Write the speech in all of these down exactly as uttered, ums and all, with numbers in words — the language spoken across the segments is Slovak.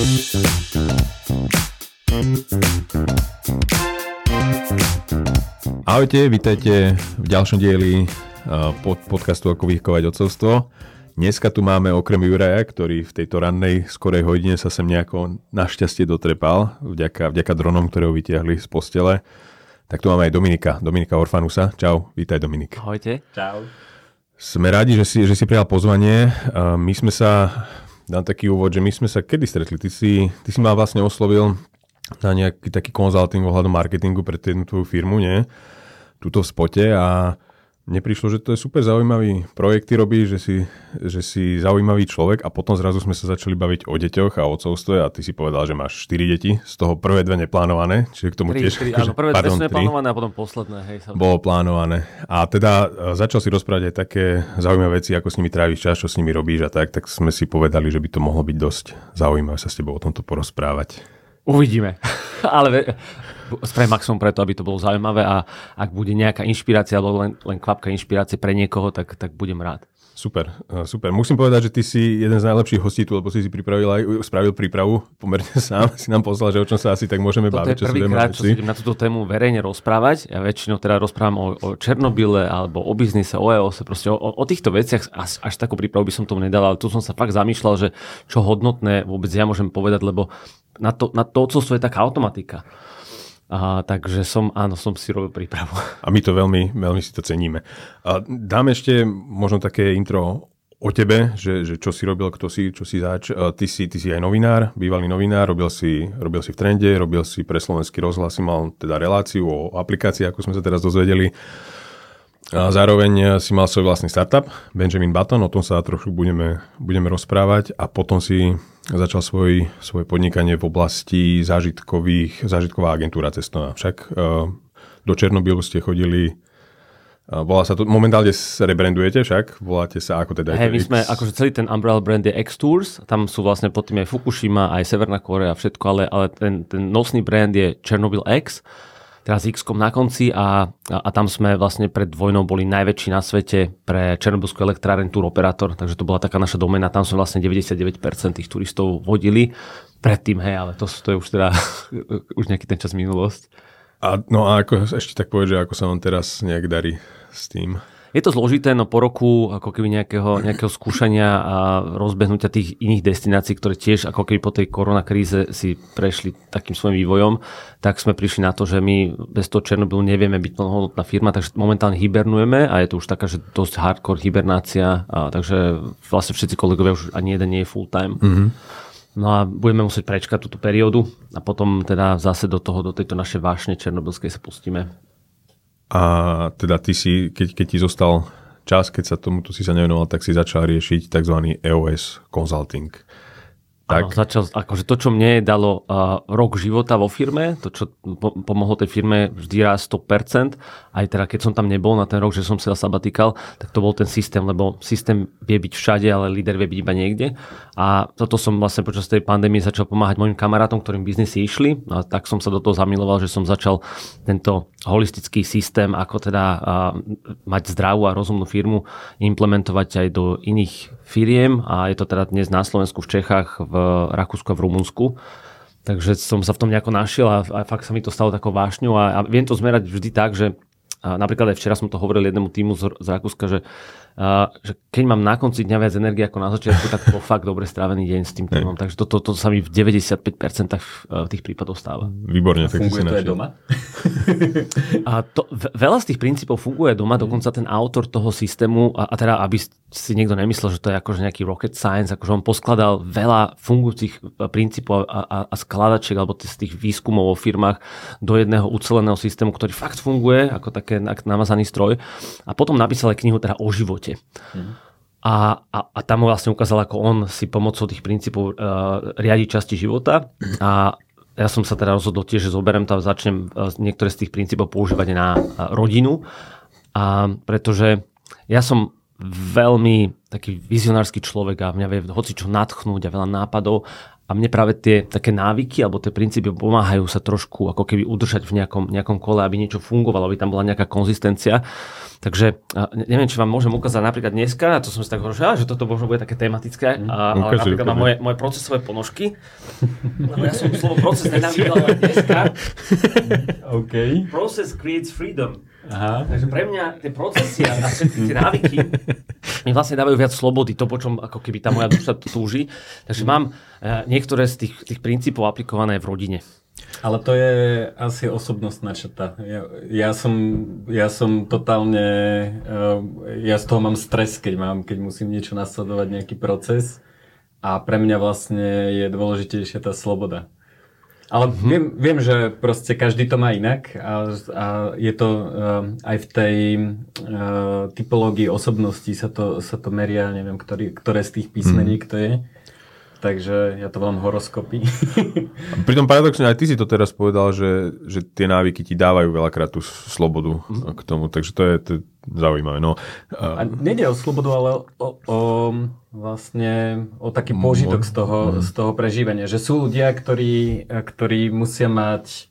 Ahojte, vítajte v ďalšom dieli pod podcastu Ako vychovať otcovstvo. Dneska tu máme okrem Juraja, ktorý v tejto rannej skorej hodine sa sem nejako našťastie dotrepal, vďaka, vďaka dronom, ktoré ho vytiahli z postele. Tak tu máme aj Dominika, Dominika Orfanusa. Čau, vítaj Dominik. Ahojte. Čau. Sme rádi, že si, že si prijal pozvanie. My sme sa, dám taký úvod, že my sme sa kedy stretli? Ty si, ty si ma vlastne oslovil na nejaký taký konzulting ohľadom marketingu pre jednu tvoju firmu, nie? Tuto v spote a mne prišlo, že to je super zaujímavý projekt, ty robíš, že si, že si zaujímavý človek a potom zrazu sme sa začali baviť o deťoch a o otcovstve a ty si povedal, že máš štyri deti, z toho prvé dve neplánované, čiže k tomu tri, tiež... štyri, áno, prvé dve sú neplánované a potom posledné, hej. Sa... Bolo plánované. A teda začal si rozprávať aj také zaujímavé veci, ako s nimi tráviš čas, čo s nimi robíš a tak, tak sme si povedali, že by to mohlo byť dosť zaujímavé sa s tebou o tomto porozprávať. Uvidíme. Ale spravím maximum preto, aby to bolo zaujímavé a ak bude nejaká inšpirácia alebo len, len kvapka inšpirácie pre niekoho, tak, tak budem rád. Super, super. Musím povedať, že ty si jeden z najlepších hostí tu, lebo si si pripravil aj, spravil prípravu pomerne sám. Si nám poslal, že o čom sa asi tak môžeme Toto baviť. To je prvýkrát, čo si idem na túto tému verejne rozprávať. Ja väčšinou teda rozprávam o, o Černobyle alebo o biznise, o E O S, proste o, o týchto veciach. Až, až takú prípravu by som tomu nedal, ale tu som sa fakt zamýšľal, že čo hodnotné vôbec ja môžem povedať, lebo na to, na to otcovstvo je taká automatika. Aha, takže som, áno, som si robil prípravu. A my to veľmi, veľmi si to ceníme. A dám ešte možno také intro o tebe, že, že čo si robil, kto si, čo si zač. Ty si, ty si aj novinár, bývalý novinár, robil si, robil si v Trende, robil si pre Slovenský rozhlas, si mal teda reláciu o aplikácii, ako sme sa teraz dozvedeli. A zároveň si mal svoj vlastný startup, Benjamin Button, o tom sa trošku budeme, budeme rozprávať a potom si začal svoj, svoje podnikanie v oblasti zážitkových, zážitková agentúra cestovná. Však uh, do Černobylu ste chodili, uh, volá sa to, momentálne sa rebrandujete však, voláte sa ako teda... Hej, my sme, akože celý ten umbrella brand je X-Tours, tam sú vlastne pod tým aj Fukushima, aj Severná Kórea, všetko, ale, ale ten, ten nosný brand je Chernobyl X, teraz X-kom na konci a, a, a tam sme vlastne pred vojnou boli najväčší na svete pre černobylskú elektráreň tour operátor, takže to bola taká naša doména, tam sme vlastne deväťdesiatdeväť percent tých turistov vodili predtým, hej, ale to, to je už teda už nejaký ten čas minulosť. A, no a ako ešte tak povedať, že ako sa vám teraz nejak darí s tým? Je to zložité, no po roku ako keby nejakého, nejakého skúšania a rozbehnutia tých iných destinácií, ktoré tiež ako keby po tej koronakríze si prešli takým svojím vývojom, tak sme prišli na to, že my bez toho Černobylu nevieme byť plnohodnotná firma, takže momentálne hibernujeme a je to už taká, že dosť hardcore hibernácia, a takže vlastne všetci kolegovia už ani jeden nie je full time. Mm-hmm. No a budeme musieť prečkať túto periódu a potom teda zase do toho, do tejto našej vášne černobylskej sa pustíme. A teda ty si, keď, keď ti zostal čas, keď sa tomuto si sa nevenoval, tak si začal riešiť tzv. E O S consulting. Tak. Áno, začal, akože to, čo mne dalo uh, rok života vo firme, to, čo po, pomohlo tej firme vždy raz sto percent, aj teda keď som tam nebol na ten rok, že som si dal sabatikal, tak to bol ten systém, lebo systém vie byť všade, ale líder vie byť iba niekde. A toto som vlastne počas tej pandémie začal pomáhať mojim kamarátom, ktorým biznisy išli. A tak som sa do toho zamiloval, že som začal tento holistický systém, ako teda uh, mať zdravú a rozumnú firmu, implementovať aj do iných firiem a je to teda dnes na Slovensku, v Čechách, v Rakúsku a v Rumunsku. Takže som sa v tom nejako našiel a, a fakt sa mi to stalo takou vášňou a, a viem to zmerať vždy tak, že a napríklad aj včera som to hovoril jednému týmu z, z Rakúska, že, a, že keď mám na konci dňa viac energie ako na začiatku, tak to fakt dobre strávený deň s tým týmom. Takže to, to, to sa mi v deväťdesiatpäť percent tých prípadov stáva. Výborne. Tak funguje to aj doma? A to, veľa z tých princípov funguje doma, dokonca ten autor toho systému, a, a teda aby si niekto nemyslel, že to je akože nejaký rocket science, akože on poskladal veľa fungujúcich princípov a, a, a skladačiek alebo z tých výskumov vo firmách do jedného uceleného systému, ktorý fakt funguje ako také namazaný stroj. A potom napísal aj knihu teda o živote. Mm. A, a, a tam mu vlastne ukázal, ako on si pomocou tých princípov uh, riadi časti života. A ja som sa teda rozhodol tiež, že zoberiem tam, začnem uh, niektoré z tých princípov používať na uh, rodinu. A pretože ja som veľmi taký vizionársky človek a mňa vie hocičo nadchnúť a veľa nápadov A mne práve tie také návyky alebo tie princípy pomáhajú sa trošku ako keby udržať v nejakom, nejakom kole, aby niečo fungovalo, aby tam bola nejaká konzistencia. Takže neviem, či vám môžem ukázať napríklad dneska, a to som si tak hovoril, že toto možno bude také tematické, mm, a, ale ukáži, napríklad ukáži. Mám moje, moje procesové ponožky. Lebo ja som slovo proces nenávidel, ale dneska okay. Process creates freedom. Aha. Takže pre mňa tie procesy a všetky tie návyky mi vlastne dávajú viac slobody, to po čom ako keby tá moja duša túži. Takže mám uh, niektoré z tých, tých princípov aplikované v rodine. Ale to je asi osobnostná črta. Ja, ja, som, ja som totálne, uh, ja z toho mám stres, keď mám, keď musím niečo nasledovať, nejaký proces. A pre mňa vlastne je dôležitejšia tá sloboda. Ale mm-hmm. viem, viem, že proste každý to má inak a, a je to uh, aj v tej uh, typológii osobností sa to, sa to meria, neviem, ktorý, ktoré z tých písmeník mm-hmm. to je. Takže ja to volám horoskopy. Pritom paradoxne aj ty si to teraz povedal, že, že tie návyky ti dávajú veľakrát tú slobodu mm. k tomu, takže to je, to je zaujímavé. No. A nejde o slobodu, ale o, o vlastne o taký pôžitok z toho, mm. z toho prežívania. Že sú ľudia, ktorí, ktorí musia mať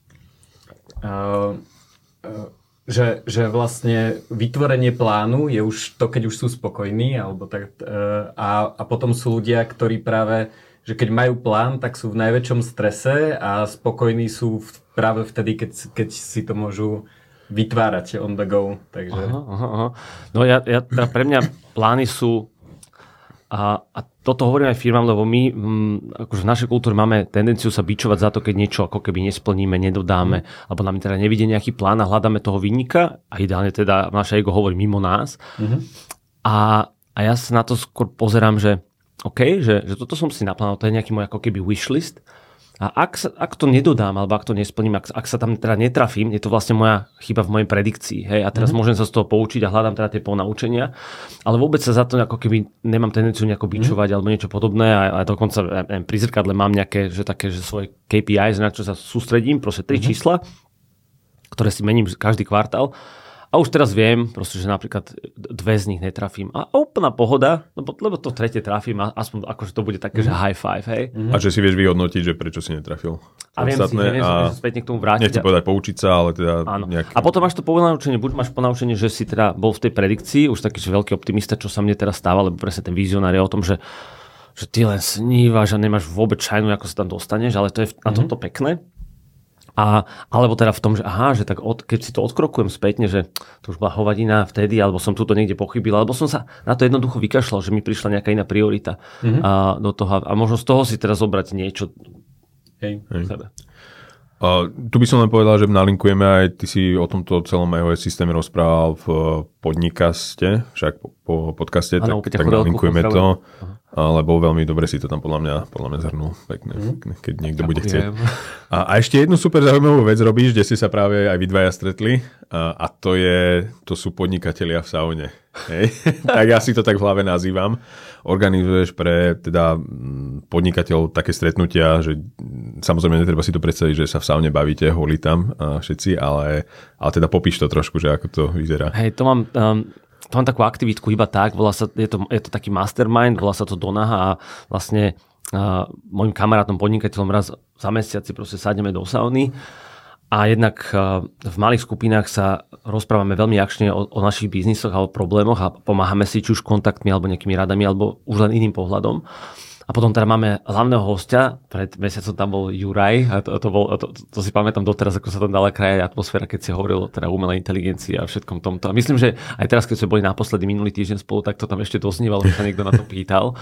uh, uh, že, že vlastne vytvorenie plánu je už to, keď už sú spokojní, alebo tak, a, a potom sú ľudia, ktorí práve, že keď majú plán, tak sú v najväčšom strese a spokojní sú v, práve vtedy, keď, keď si to môžu vytvárať on the go. Takže... Aha, aha, aha. No ja, ja, pre mňa plány sú a, a toto hovorím aj firmám, lebo my m, akože v našej kultúre máme tendenciu sa bičovať za to, keď niečo ako keby nesplníme, nedodáme, mm. alebo nám teda nevidie nejaký plán a hľadáme toho vinníka a ideálne teda naše ego hovorí mimo nás. Mm-hmm. A, a ja sa na to skôr pozerám, že OK, že, že toto som si naplánoval, to je nejaký môj ako keby wishlist. A ak, sa, ak to nedodám, alebo ak to nesplním, ak, ak sa tam teda netrafím, je to vlastne moja chyba v mojej predikcii. Hej? A teraz mm-hmm. môžem sa z toho poučiť a hľadám teda tie ponaučenia. Ale vôbec sa za to ako keby nemám tendenciu nejako bičovať mm-hmm. alebo niečo podobné. A, a dokonca neviem, pri zrkadle mám nejaké že také, že svoje K P Is, na čo sa sústredím, proste tri mm-hmm. čísla, ktoré si mením každý kvartál. A už teraz viem, proste, že napríklad dve z nich netrafím. A úplná pohoda, lebo, lebo to tretie trafím a aspoň akože to bude také, mm. že high five, hej. Mm. A že si vieš vyhodnotiť, že prečo si netrafil. A viem si, viem a si späť k tomu vrátiť. Nechci povedať poučiť sa, ale teda nejak... A potom máš to ponaučenie, buď máš ponaučenie, že si teda bol v tej predikcii, už taký, že veľký optimista, čo sa mne teraz stáva, lebo presne ten vizionár je o tom, že, že ty len snívaš a nemáš vôbec šajnu, ako sa tam dostaneš, ale to je na tomto mm. pekné. A, alebo teda v tom, že aha, že tak od, keď si to odkrokujem spätne, že to už bola hovadina vtedy, alebo som tu to niekde pochybil, alebo som sa na to jednoducho vykašľal, že mi prišla nejaká iná priorita mm-hmm. a, do toho. A možno z toho si teraz zobrať niečo Hej. v sebe. Uh, tu by som len povedal, že nalinkujeme aj, ty si o tomto celom iOS systéme rozprával v podnikaste, však po, po podcaste, ano, tak, tak nalinkujeme to. Aha. Lebo veľmi dobre si to tam podľa mňa, podľa mňa zhrnul pekne, mm. keď niekto Ďakujem. Bude chcieť. A, a ešte jednu super zaujímavú vec robíš, kde ste sa práve aj vy dvaja stretli a, a to, je, to sú podnikatelia v saune. Hej? Tak ja si to tak v hlave nazývam. Organizuješ pre teda podnikateľov také stretnutia, že samozrejme netreba si to predstaviť, že sa v saune bavíte, holí tam a všetci, ale, ale teda popíš to trošku, že ako to vyzerá. Hej, to mám... Um... To mám takú aktivitku iba tak, volá sa, je, to, je to taký mastermind, volá sa to Donaha a vlastne uh, môjim kamarátom, podnikateľom raz za mesiac si proste sadneme do sauny a jednak uh, v malých skupinách sa rozprávame veľmi akčne o, o našich biznisoch a o problémoch a pomáhame si či už kontaktmi alebo nejakými radami alebo už len iným pohľadom. A potom teda máme hlavného hostia, pred mesiacom tam bol Juraj, a to, to, bol, to, to, to si pamätám doteraz, ako sa tam dala krajať atmosféra, keď si hovoril o teda umelej inteligencii a všetkom tomto. A myslím, že aj teraz, keď sme boli naposledy minulý týždeň spolu, tak to tam ešte doznievalo, že sa niekto na to pýtal.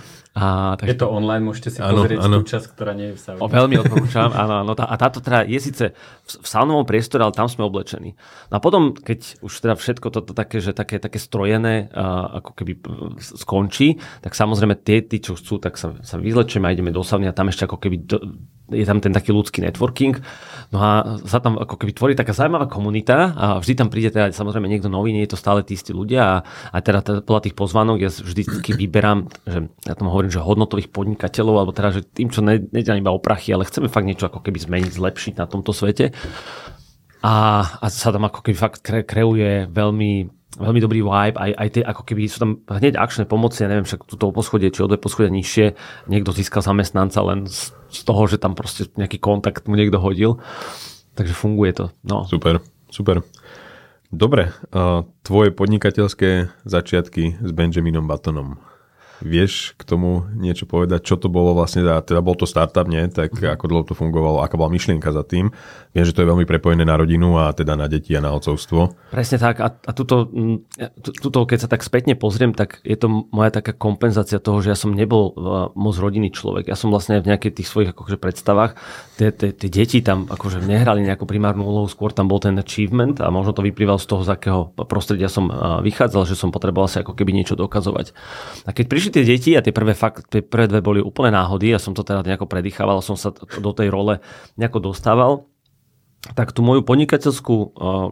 A, tak... Je to online, môžete si ano, pozrieť ano. Tú časť, ktorá nie je v saune. O, veľmi odporúčam, áno, áno. Tá, a táto teda je síce v, v saunovom priestore, ale tam sme oblečení. No a potom, keď už teda všetko toto také, že také, také strojené uh, ako keby skončí, tak samozrejme tie, tí, čo chcú, tak sa, sa vyzlečíme a ideme do sauny a tam ešte ako keby do, je tam ten taký ľudský networking. No a sa tam ako keby tvorí taká zaujímavá komunita a vždy tam príde teda samozrejme niekto nový, nie je to stále tí istí ľudia a, a teda, teda podľa tých pozvánok ja vždy vyberám, že ja tomu hovorím, že hodnotových podnikateľov, alebo teda, že tým, čo nejde iba o prachy, ale chceme fakt niečo ako keby zmeniť, zlepšiť na tomto svete. A, a sa tam ako keby fakt kre, kreuje veľmi veľmi dobrý vibe, aj, aj tie, ako keby sú tam hneď akčné pomoci, ja neviem, však túto poschodie, či o dve poschodia nižšie, niekto získal zamestnanca len z, z toho, že tam proste nejaký kontakt mu niekto hodil. Takže funguje to. No. Super, super. Dobre, uh, tvoje podnikateľské začiatky s Benjaminom Buttonom. Vieš k tomu niečo povedať, čo to bolo vlastne, teda bol to startup, nie? Tak ako dlho to fungovalo, aká bola myšlienka za tým? Viem, že to je veľmi prepojené na rodinu a teda na deti a na otcovstvo. Presne tak a, a tuto, tuto, keď sa tak spätne pozriem, tak je to moja taká kompenzácia toho, že ja som nebol uh, moc rodinný človek. Ja som vlastne v nejakých tých svojich akože predstavách, tie, tie, tie deti tam akože nehrali nejakú primárnu úlohu, skôr tam bol ten achievement a možno to vyplýval z toho, z akého prostredia som uh, vychádzal, že som potreboval si ako keby niečo dokazovať. A keď prišli tie deti a tie prvé, fakt, tie prvé dve boli úplne náhody, ja som to teda nejako predýchával, som sa do tej role nejako dostával, tak tú moju podnikateľskú uh,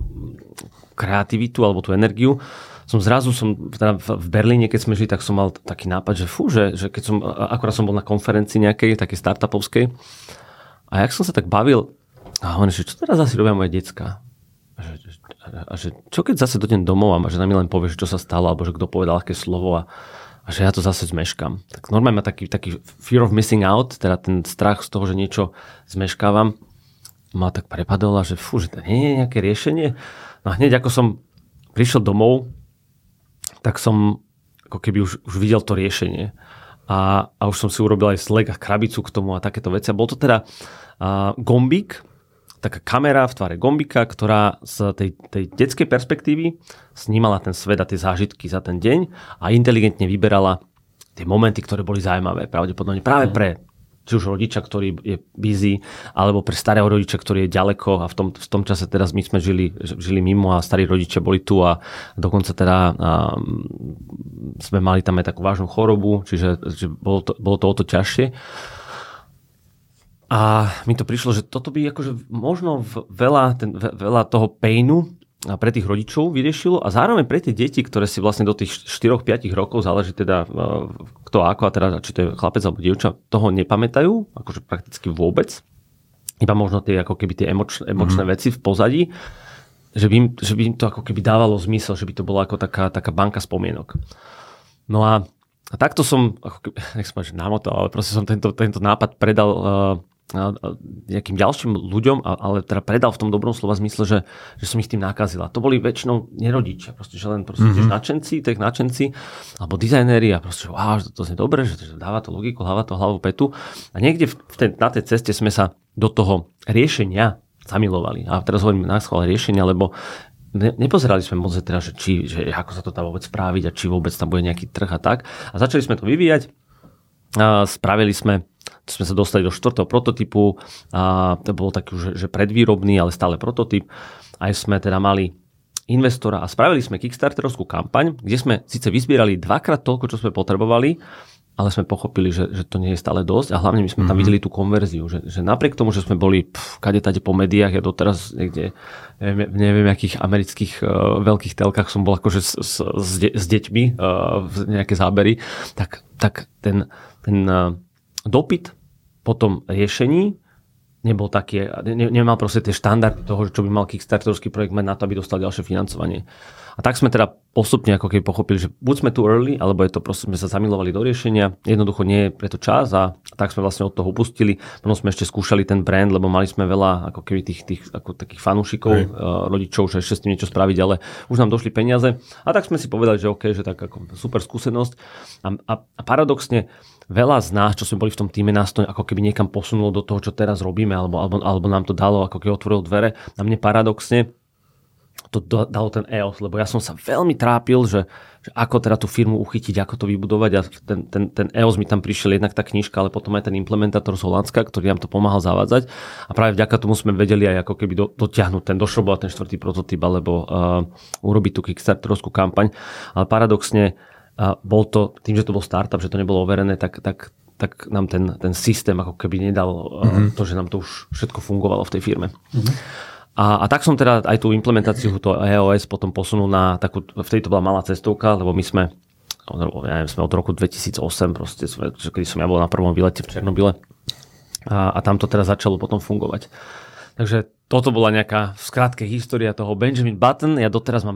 kreativitu alebo tú energiu som zrazu, som teda v Berlíne, keď sme žili, tak som mal taký nápad, že fú, že, že keď som, akorát som bol na konferencii nejakej, takej startupovskej a jak som sa tak bavil a hovorím, že čo teraz asi robia moje decká? A že, a že čo keď zase dojdem domov a že nám len povieš, čo sa stalo, alebo že kto povedal aké slovo a a že ja to zase zmeškám. Tak normálne má taký, taký fear of missing out, teda ten strach z toho, že niečo zmeškávam, ma tak prepadol a že fú, že to nie je nejaké riešenie. No a hneď ako som prišiel domov, tak som ako keby už, už videl to riešenie. A, a už som si urobil aj Slack a krabicu k tomu a takéto veci. A bol to teda uh, gombík, taká kamera v tvare gombika, ktorá z tej, tej detskej perspektívy snímala ten svet a tie zážitky za ten deň a inteligentne vyberala tie momenty, ktoré boli zaujímavé. Pravdepodobne práve pre či už rodiča, ktorý je busy, alebo pre starého rodiča, ktorý je ďaleko a v tom, v tom čase teraz my sme žili, žili mimo a starí rodičia boli tu a dokonca teda a, sme mali tam aj takú vážnu chorobu, čiže že bolo, to, bolo to o to ťažšie. A mi to prišlo, že toto by akože možno veľa, ten, veľa toho painu pre tých rodičov vyriešilo a zároveň pre tie deti, ktoré si vlastne do tých štyri až päť rokov, záleží teda kto ako a teda či to je chlapec alebo dievča, toho nepamätajú, akože prakticky vôbec. Iba možno tie ako keby tie emočné, emočné mm. veci v pozadí, že by, im, že by im to ako keby dávalo zmysel, že by to bola ako taká, taká banka spomienok. No a, a takto som, ako keby, nech som že namotal, ale proste som tento, tento nápad predal uh, nejakým ďalším ľuďom, ale teda predal v tom dobrom slova zmysle, že, že som ich tým nakazila. To boli väčšinou nerodičia, proste, že len proste mm-hmm. tiež nadšenci, tak nadšenci, alebo dizajnéri a proste, že wow, že to je dobré, že dáva to logiku, dáva to hlavu petu. A niekde v ten, na tej ceste sme sa do toho riešenia zamilovali. A teraz hovorím na schvál riešenia, lebo ne, nepozerali sme moc teda, že, či, že ako sa to dá vôbec spraviť a či vôbec tam bude nejaký trh a tak. A začali sme to vyvíjať. A spravili sme sme sa dostali do štvrtého prototypu a to bol taký už že predvýrobný, ale stále prototyp. Aj sme teda mali investora a spravili sme kickstarterovskú kampaň, kde sme síce vyzbierali dvakrát toľko, čo sme potrebovali, ale sme pochopili, že, že to nie je stále dosť a hlavne my sme tam mm-hmm. videli tú konverziu, že, že napriek tomu, že sme boli pf, kade tade po médiách, ja doteraz niekde, neviem, neviem akých amerických uh, veľkých telkách som bol akože s, s, s, de, s deťmi uh, v nejaké zábery, tak, tak ten, ten uh, dopyt po tom riešení nebol taký, ne, nemal proste tie štandardy toho, čo by mal kickstarterovský projekt mať na to, aby dostal ďalšie financovanie. A tak sme teda postupne ako keby pochopili, že buď sme too early, alebo je to proste, sme sa zamilovali do riešenia, jednoducho nie je preto čas a tak sme vlastne od toho upustili. Potom sme ešte skúšali ten brand, lebo mali sme veľa ako keby tých, tých ako takých fanúšikov, uh, rodičov, že ešte s tým niečo spraviť, ale už nám došli peniaze. A tak sme si povedali, že OK, že tak ako super skúsenosť. A, a, a paradoxne veľa z nás, čo sme boli v tom týme, nás to ako keby niekam posunulo do toho, čo teraz robíme, alebo, alebo, alebo nám to dalo, ako keby otvorilo dvere. Na mne paradoxne to dalo ten é ó es, lebo ja som sa veľmi trápil, že, že ako teda tú firmu uchytiť, ako to vybudovať a ten, ten, ten é ó es mi tam prišiel jednak tá knižka, ale potom aj ten implementátor z Holandska, ktorý nám to pomáhal zavádzať a práve vďaka tomu sme vedeli aj ako keby do, dotiahnuť ten, došrobovať ten štvrtý prototyp alebo uh, urobiť tú kickstarterovskú kampaň, ale paradoxne uh, bol to, tým, že to bol startup, že to nebolo overené, tak, tak, tak nám ten, ten systém ako keby nedal uh, mm-hmm. to, že nám to už všetko fungovalo v tej firme. Mm-hmm. A, a tak som teda aj tú implementáciu to é ó es potom posunul na takú, vtedy to bola malá cestovka, lebo my sme, ja neviem, sme od roku dvetisícosem proste, kedy som ja bol na prvom výlete v Černobyle a, a tam to teda začalo potom fungovať. Takže toto bola nejaká v skrátke história toho Benjamin Button. Ja doteraz mám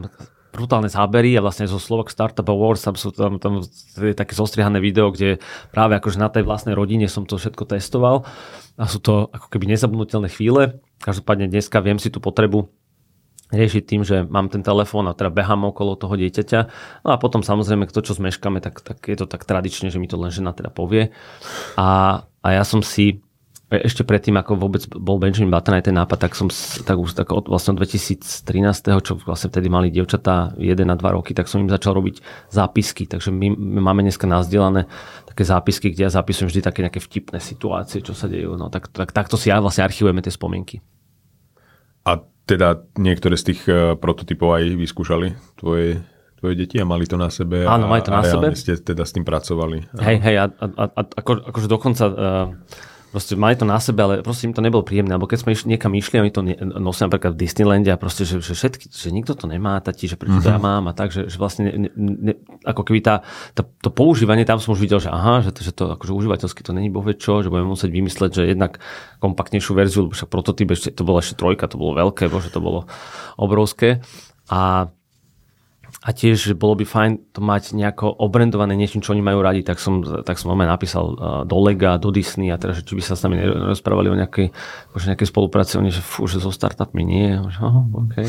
brutálne zábery a vlastne zo Slovak Startup Awards tam sú tam, tam je také zostrihané video, kde práve akože na tej vlastnej rodine som to všetko testoval a sú to ako keby nezabudnutelné chvíle. Každopádne dneska viem si tú potrebu riešiť tým, že mám ten telefón a teda behám okolo toho dieťaťa. No a potom samozrejme, to, čo zmeškáme, tak, tak je to tak tradične, že mi to len žena teda povie. A, a ja som si ešte predtým, ako vôbec bol Benjamin Button aj ten nápad, tak som tak už tak od vlastne dvetisíctrinásť, čo vlastne vtedy mali dievčatá jeden a dva roky, tak som im začal robiť zápisky. Takže my, my máme dneska nazdieľané také zápisky, kde ja zapisujem vždy také nejaké vtipné situácie, čo sa dejú. No tak, tak takto si ja vlastne archivujeme tie spomienky. A teda niektoré z tých uh, prototypov aj vyskúšali tvoje, tvoje deti a mali to na sebe? Áno, mali to na a sebe. Ste teda s tým pracovali? Hej, hej, a, a, a ako, akože dokonca uh, proste mali to na sebe, ale proste im to nebolo príjemné, lebo keď sme išli, niekam išli a my to nosili napríklad v Disneylande a proste, že, že všetky, že nikto to nemá, tati, že prečo to ja mám a tak, že, že vlastne ne, ne, ako keby tá, tá, to používanie, tam som už videl, že aha, že to, že to akože užívateľsky to není bohvie čo, že budeme musieť vymysleť, že jednak kompaktnejšiu verziu, lebo však prototyp, ešte, to bolo ešte trojka, to bolo veľké, bože, to bolo obrovské a A tiež, že bolo by fajn to mať nejako obrandované niečím, čo oni majú radi, tak som, tak som normálne napísal uh, do Lega, do Disney a teda, že či by sa s nami nerozprávali o nejakej, akože nejakej spolupráci, oni, že fú, že so startupmi nie. Oh, okay.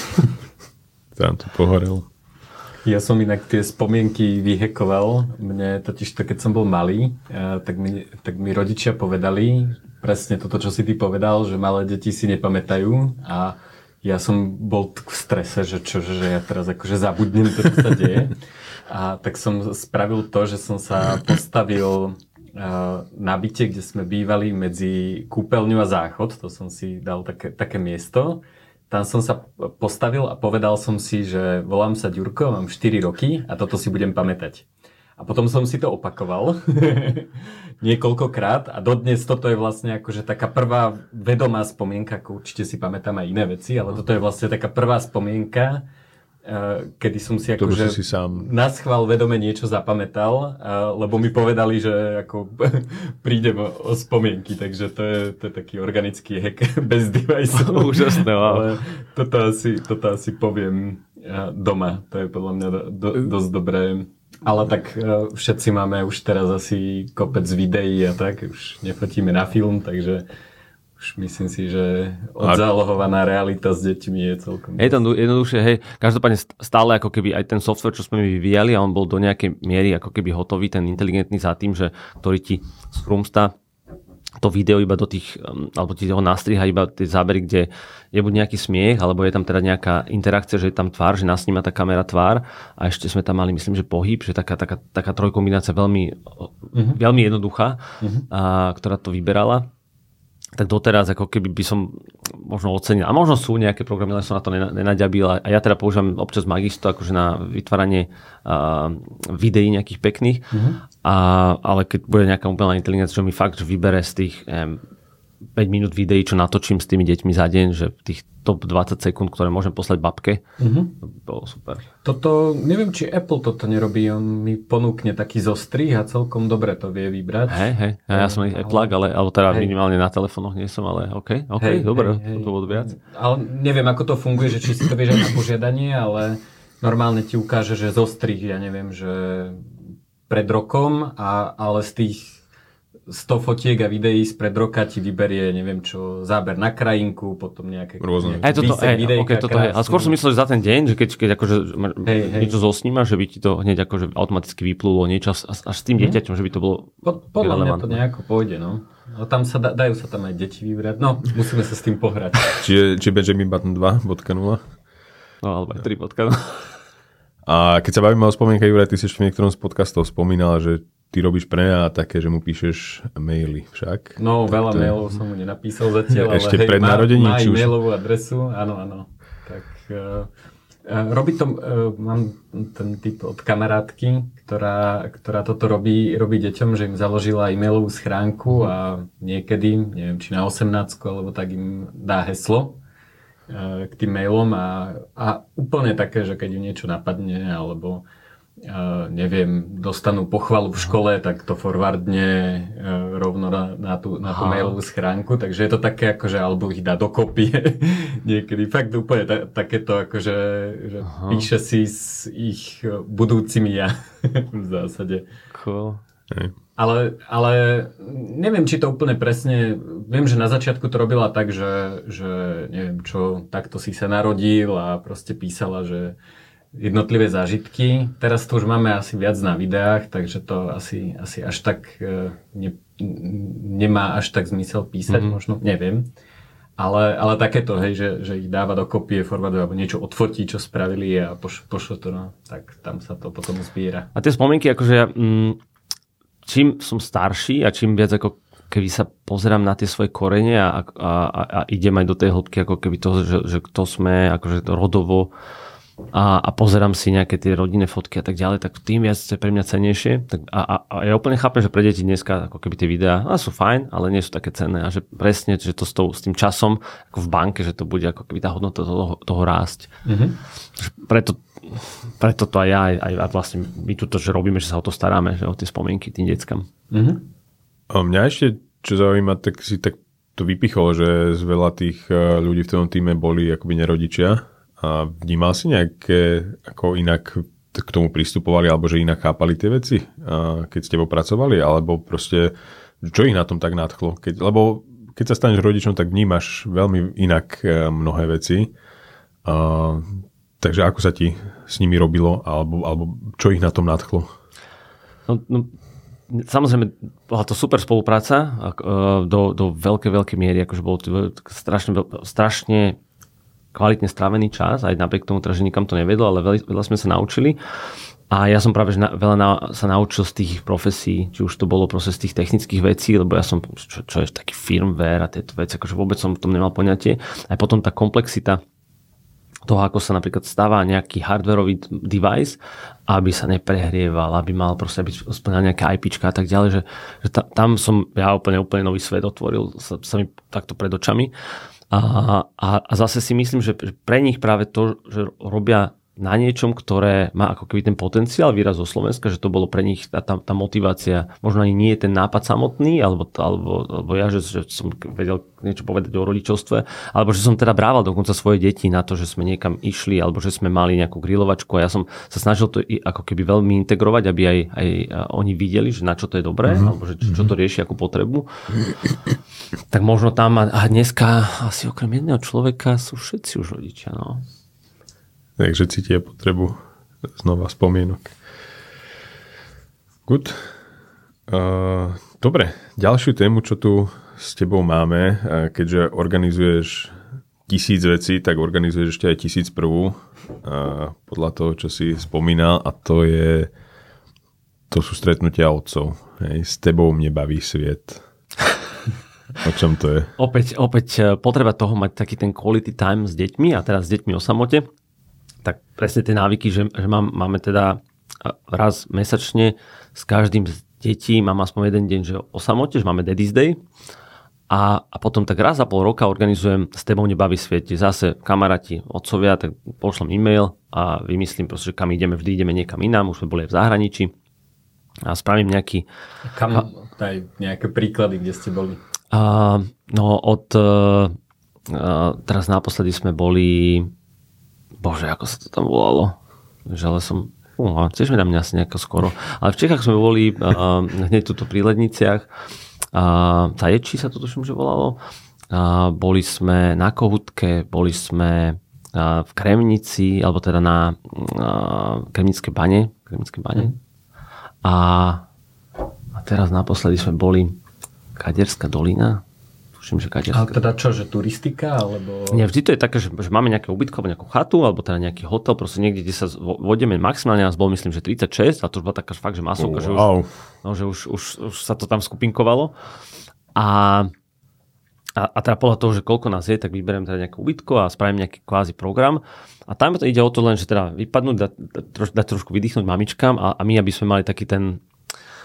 Tam to pohorelo. Ja som inak tie spomienky vyhekoval. Mne totiž to, keď som bol malý, tak mi, tak mi rodičia povedali presne toto, čo si ty povedal, že malé deti si nepamätajú a ja som bol v strese, že čo, že ja teraz akože zabudnem to, čo sa deje. A tak som spravil to, že som sa postavil uh, na byte, kde sme bývali medzi kúpeľňou a záchod. To som si dal také, také miesto. Tam som sa postavil a povedal som si, že volám sa Ďurko, mám štyri roky a toto si budem pamätať. A potom som si to opakoval niekoľkokrát a dodnes toto je vlastne akože taká prvá vedomá spomienka, ako určite si pamätám aj iné veci, ale toto je vlastne taká prvá spomienka, kedy som si akože si sám... naschvál vedome niečo zapamätal, lebo mi povedali, že ako prídem o spomienky, takže to je, to je taký organický hack bez deviceov. Úžasné, ale toto asi, toto asi poviem doma, to je podľa mňa do, dosť dobré. Ale tak všetci máme už teraz asi kopec videí a tak, už nefotíme na film, takže už myslím si, že odzálohovaná realita s deťmi je celkom... Je to jednoduchšie, hej, každopádne stále ako keby aj ten software, čo sme vyvíjali a on bol do nejakej miery ako keby hotový, ten inteligentný za tým, že ktorý ti z Chromesta to video iba do tých, alebo ti ho nastriha iba tie zábery, kde je buď nejaký smiech, alebo je tam teda nejaká interakcia, že je tam tvár, že nasníma tá kamera tvár a ešte sme tam mali, myslím, že pohyb, že taká, taká, taká trojkombinácia veľmi, uh-huh. veľmi jednoduchá, uh-huh. a, ktorá to vyberala. Tak doteraz ako keby by som možno ocenil. A možno sú nejaké programy, len som na to nenaďabil. A ja teda používam občas Magisto akože na vytváranie uh, videí nejakých pekných. Mm-hmm. A, ale keď bude nejaká úplná inteligencia, čo mi fakt že vybere z tých um, päť minút videí, čo natočím s tými deťmi za deň, že tých top dvadsať sekúnd, ktoré môžem poslať babke, mm-hmm. to bolo super. Toto, neviem, či Apple toto nerobí, on mi ponúkne taký zostrih a celkom dobre to vie vybrať. Hej, hej, ja som ale... Apple, ale, alebo teda hej. minimálne na telefónoch nie som, ale OK, OK, hej, dobre, hej, to bolo viac. Ale neviem, ako to funguje, že či si to vieš aj na požiadanie, ale normálne ti ukáže, že zostrih, ja neviem, že pred rokom, a, ale z tých sto fotiek a videí spred roka ti vyberie, neviem čo, záber na krajinku, potom nejaké rôzne. Aj toto, aj, okay, toto aj. Ale skôr som myslel, že za ten deň, že keď, keď akože hej, hej. niečo zosníma, že by ti to hneď akože automaticky vyplulo niečo až, až s tým hmm. dieťaťom, že by to bolo Pod, podľa mňa to nejako pôjde, no. No tam sa da, dajú sa tam aj deti vybrať, no musíme sa s tým pohrať. Čiže či Benjamin Button dva bodka nula? No alebo aj tri bodka nula. A keď sa bavíme o spomienkach, Juraj, ty si ešte v niektorom z podcastov spomínal, že ty robíš pre mňa také, že mu píšeš maily však. No, veľa to... mailov som mu nenapísal zatiaľ, ešte ale pred hej, narodením, má, má už... e-mailovú adresu, áno, áno. Tak uh, uh, robí to, uh, mám ten typ od kamarátky, ktorá, ktorá toto robí, robí deťom, že im založila e-mailovú schránku a niekedy, neviem, či na osemnáctku, alebo tak im dá heslo uh, k tým mailom a, a úplne také, že keď im niečo napadne, alebo Uh, neviem, dostanú pochvalu v škole, tak to forwardne uh, rovno na, na, tú, na tú mailovú schránku, takže je to také akože, alebo ich dá dokopy niekedy, fakt úplne ta, takéto akože, že píše si s ich budúcimi ja v zásade. Cool. Hej. Ale, ale neviem, či to úplne presne, viem, že na začiatku to robila tak, že, že neviem čo, takto si sa narodil a proste písala, že jednotlivé zážitky. Teraz to už máme asi viac na videách, takže to asi, asi až tak ne, nemá až tak zmysel písať, mm-hmm. možno, neviem. Ale, ale takéto, hej, že, že ich dáva do kopie, forwarduje, alebo niečo odfotí, čo spravili a poš, pošlo to, no, tak tam sa to potom zbiera. A tie spomienky, akože mm, čím som starší a čím viac ako keby sa pozerám na tie svoje korene a, a, a, a idem aj do tej hĺbky, ako keby to, že, že kto sme, akože to rodovo, A, a pozerám si nejaké tie rodinné fotky a tak ďalej, tak tým viac je pre mňa cennejšie. Tak a, a, a ja úplne chápem, že pre deti dneska ako keby tie videá a sú fajn, ale nie sú také cenné. A že presne, že to s, tou, s tým časom, ako v banke, že to bude ako keby tá hodnota toho, toho rásť. Mm-hmm. Preto, preto to aj ja, aj, aj vlastne my tu to, že robíme, že sa o to staráme, že o tie spomienky tým deckám. Mm-hmm. A mňa ešte, čo zaujíma, tak si tak to vypichol, že z veľa tých ľudí v tom týme boli akoby nerodičia. A vnímal si nejaké, ako inak k tomu pristupovali, alebo že inak chápali tie veci, keď s tebou pracovali, alebo proste, čo ich na tom tak nadchlo? Keď, lebo keď sa staneš rodičom, tak vnímaš veľmi inak mnohé veci. A, takže ako sa ti s nimi robilo, alebo, alebo čo ich na tom nadchlo? No, no, samozrejme, bola to super spolupráca do, do veľkej, veľkej miery, akože bolo to strašne, strašne kvalitne strávený čas, aj napriek tomu, že nikam to nevedlo, ale veľa, veľa sme sa naučili. A ja som práve že na, veľa na, sa naučil z tých profesí, či už to bolo proste z tých technických vecí, lebo ja som, čo, čo je taký firmware a tieto veci, akože vôbec som v tom nemal poňatie. Aj potom tá komplexita toho, ako sa napríklad stáva nejaký hardwareový device, aby sa neprehrieval, aby mal proste byť splňané nejaké IPčka a tak ďalej, že, že ta, tam som ja úplne, úplne nový svet otvoril sa, sa mi takto pred očami. A, a, a zase si myslím, že pre nich práve to, že robia na niečom, ktoré má ako keby ten potenciál výraz zo Slovenska, že to bolo pre nich tá, tá, tá motivácia, možno ani nie je ten nápad samotný, alebo, alebo, alebo ja, že, že som vedel niečo povedať o rodičovstve, alebo že som teda brával dokonca svoje deti na to, že sme niekam išli, alebo že sme mali nejakú grilovačku a ja som sa snažil to ako keby veľmi integrovať, aby aj, aj oni videli, že na čo to je dobré, mm-hmm. alebo že čo to rieši ako potrebu. Tak možno tam a dneska asi okrem jedného človeka sú všetci už rodičia, no. Takže cítia potrebu znova spomienok. Good. Uh, dobre, ďalšiu tému, čo tu s tebou máme, keďže organizuješ tisíc vecí, tak organizuješ ešte aj tisíc prvú. Uh, podľa toho, čo si spomínal, a to je to sú stretnutia otcov. Hej, s tebou mne baví sviet. O čom to je? Opäť, opäť potreba toho mať taký ten quality time s deťmi a teraz s deťmi o samote. Tak presne tie návyky, že, že mám, máme teda raz mesačne s každým z detí, mám aspoň jeden deň, že o samote, že máme Daddy's Day a, a potom tak raz za pol roka organizujem S tebou nebaví sviet, zase kamaráti, otcovia, tak pošlem e-mail a vymyslím proste, že kam ideme, vždy ideme niekam inám, už sme boli v zahraničí a spravím nejaký... Kam, daj nejaké príklady, kde ste boli? A, no od... A, teraz naposledy sme boli... Bože, ako sa to tam volalo. Že ale som... Uh, tiež mi na mňa asi nejako skoro. Ale v Čechách sme boli uh, hneď tuto pri Ledniciach. Uh, Taječí sa to tuším, že volalo. Uh, boli sme na Kohutke, boli sme uh, v Kremnici, alebo teda na uh, Kremnické bane. Kremnické bane. Mm. A, a teraz naposledy sme boli Kaderská dolina. Tuším, že Ale teda čo, že turistika? Alebo... Nie, vždy to je také, že, že máme nejaké ubytko, alebo nejakú chatu, alebo teda nejaký hotel, proste niekde, kde sa vodíme maximálne, nás bol myslím, že tridsaťšesť, a to už bola taká fakt, že masovka, wow. že, už, no, že už, už, už sa to tam skupinkovalo. A, a, a teda podľa toho, že koľko nás je, tak vyberiem teda nejaké ubytko a spravím nejaký kvázi program. A tam to ide o to len, že teda vypadnúť, dať, dať, dať trošku vydýchnuť mamičkám a, a my, aby sme mali taký ten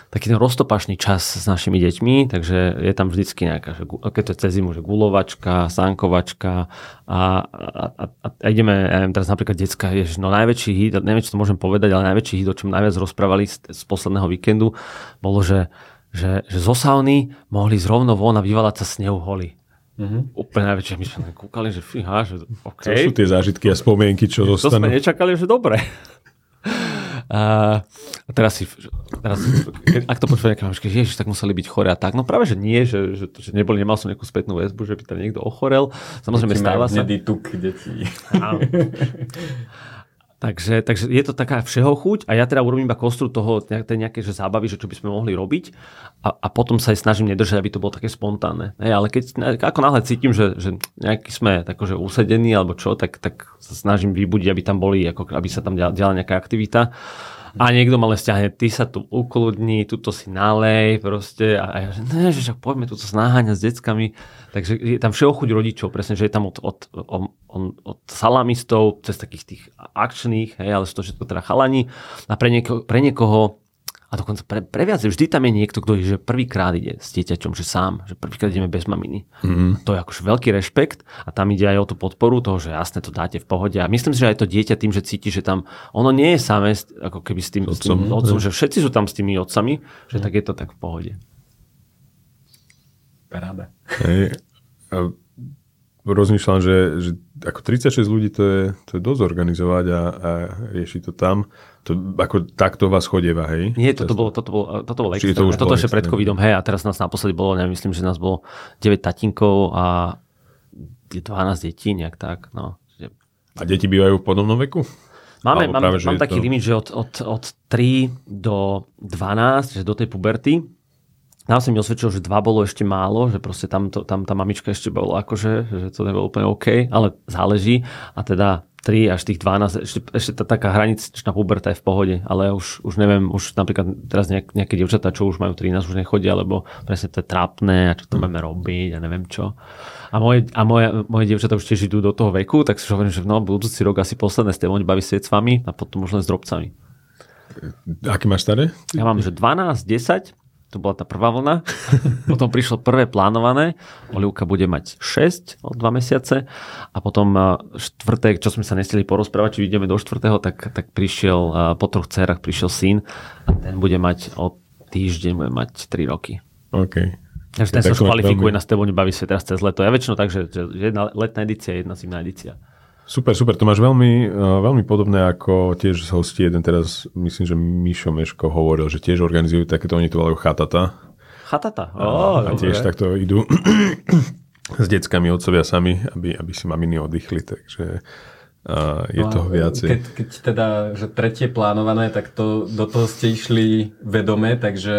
taký ten roztopašný čas s našimi deťmi, takže je tam vždycky nejaká, že, keď to je cez zimu, že gulovačka, sánkovačka a, a, a, a ideme, ja neviem, teraz napríklad decka, jež, no najväčší hit, neviem, čo to môžem povedať, ale najväčší hit, o čom najviac rozprávali z, z posledného víkendu, bolo, že, že, že zo sauny mohli zrovno von a vyvalať sa snehu holi. Mm-hmm. Úplne najväčšie, my sme kúkali, že fíha, že okej. Okay. To sú tie zážitky a spomienky, čo zostanú. To sme nečakali, že dobre. A teraz si, teraz, ak to počúva nejaká mamička, ježiš, tak museli byť chore a tak. No práve, že nie, že, že, že neboli, nemal som nejakú spätnú väzbu, že by tam niekto ochorel. Samozrejme, stáva sa. Deti majú tuk detí. Takže, takže je to taká všeho chuť a ja teda urobím iba kostru toho, tej nejaké že zábavy, že čo by sme mohli robiť a, a potom sa aj snažím nedržať, aby to bolo také spontánne. Hej, ale keď ako náhle cítim, že, že nejaký sme takože usedení alebo čo, tak, tak sa snažím vybudiť, aby tam boli, ako, aby sa tam diala nejaká aktivita. A niekto ma len stiahne, ty sa tu ukludni, tuto si nalej proste a, a ja že ne, že však poďme tuto snáhania s deckami. Takže je tam všeho chuť rodičov, presne, že je tam od, od, od, od salamistov cez takých tých akčných, hej, ale sú to všetko teda chalani a pre, nieko, pre niekoho a dokonca pre, pre viac, vždy tam je niekto, kto je, že prvýkrát ide s dieťaťom, že sám, že prvýkrát ideme bez maminy. Mm. To je akože veľký rešpekt a tam ide aj o tú podporu toho, že jasne to dáte v pohode a myslím si, že aj to dieťa tým, že cíti, že tam ono nie je samé ako keby s tým, s tým otcom, že všetci sú tam s tými otcami, že mm. tak je to tak v pohode. Paráda. Hej. A rozmýšľam, že, že ako tridsaťšesť ľudí to je, to je dosť organizovať a, a riešiť to tam. To, ako takto vás chodieva, hej? Nie, toto bolo, toto bolo, toto bolo extra. To toto ešte pred covidom, hej, a teraz nás naposledy bolo, neviem, myslím, že nás bolo deväť tatínkov a dvanásť detí, nejak tak, no. A deti bývajú v podobnom veku? Máme, mám, práve, mám taký to... limit, že od, od, od tri do dvanásť, že do tej puberty. Nám sa mi osvedčilo, že dva bolo ešte málo, že proste tam, to, tam tá mamička ešte bola akože, že to nebolo úplne OK, ale záleží. A teda tri až tých dvanásť, ešte, ešte tá taká hraničná puberta je v pohode, ale už, už neviem, už napríklad teraz nejak, nejaké dievčatá, čo už majú trinásť, už nechodia, lebo presne to je trápne a čo to máme robiť a neviem čo. A moje, a moje, moje dievčatá už tiež idú do toho veku, tak si hovorím, že no, budúci rok asi posledné s tebou baví sieť s vami a potom už len s drobcami. Aké máš staré? Ja mám, že dvanásť, desať. To bola tá prvá vlna. Potom prišlo prvé plánované. Olivka bude mať šesť o dva mesiace. A potom štvrtek, čo sme sa nestihli porozprávať, či ideme do štvrtého, tak, tak prišiel, po troch dcerách prišiel syn. A ten bude mať o týždeň, bude mať tri roky. OK. Takže ten sa už kvalifikuje veľmi... na s tebou nebaví sa teraz cez leto. Ja väčšinou tak, že jedna letná edícia, jedna zimná edícia. Super, super. To máš veľmi, veľmi podobné ako tiež z hostí jeden teraz, myslím, že Mišo Meško hovoril, že tiež organizujú takéto, oni to volajú chatata. Chatata? Oh, a tiež takto idú s deckami, otcovia sami, aby, aby si maminy oddychli, takže uh, je no, toho viacej. Keď, keď teda, že tretie plánované, tak to, do toho ste išli vedome, takže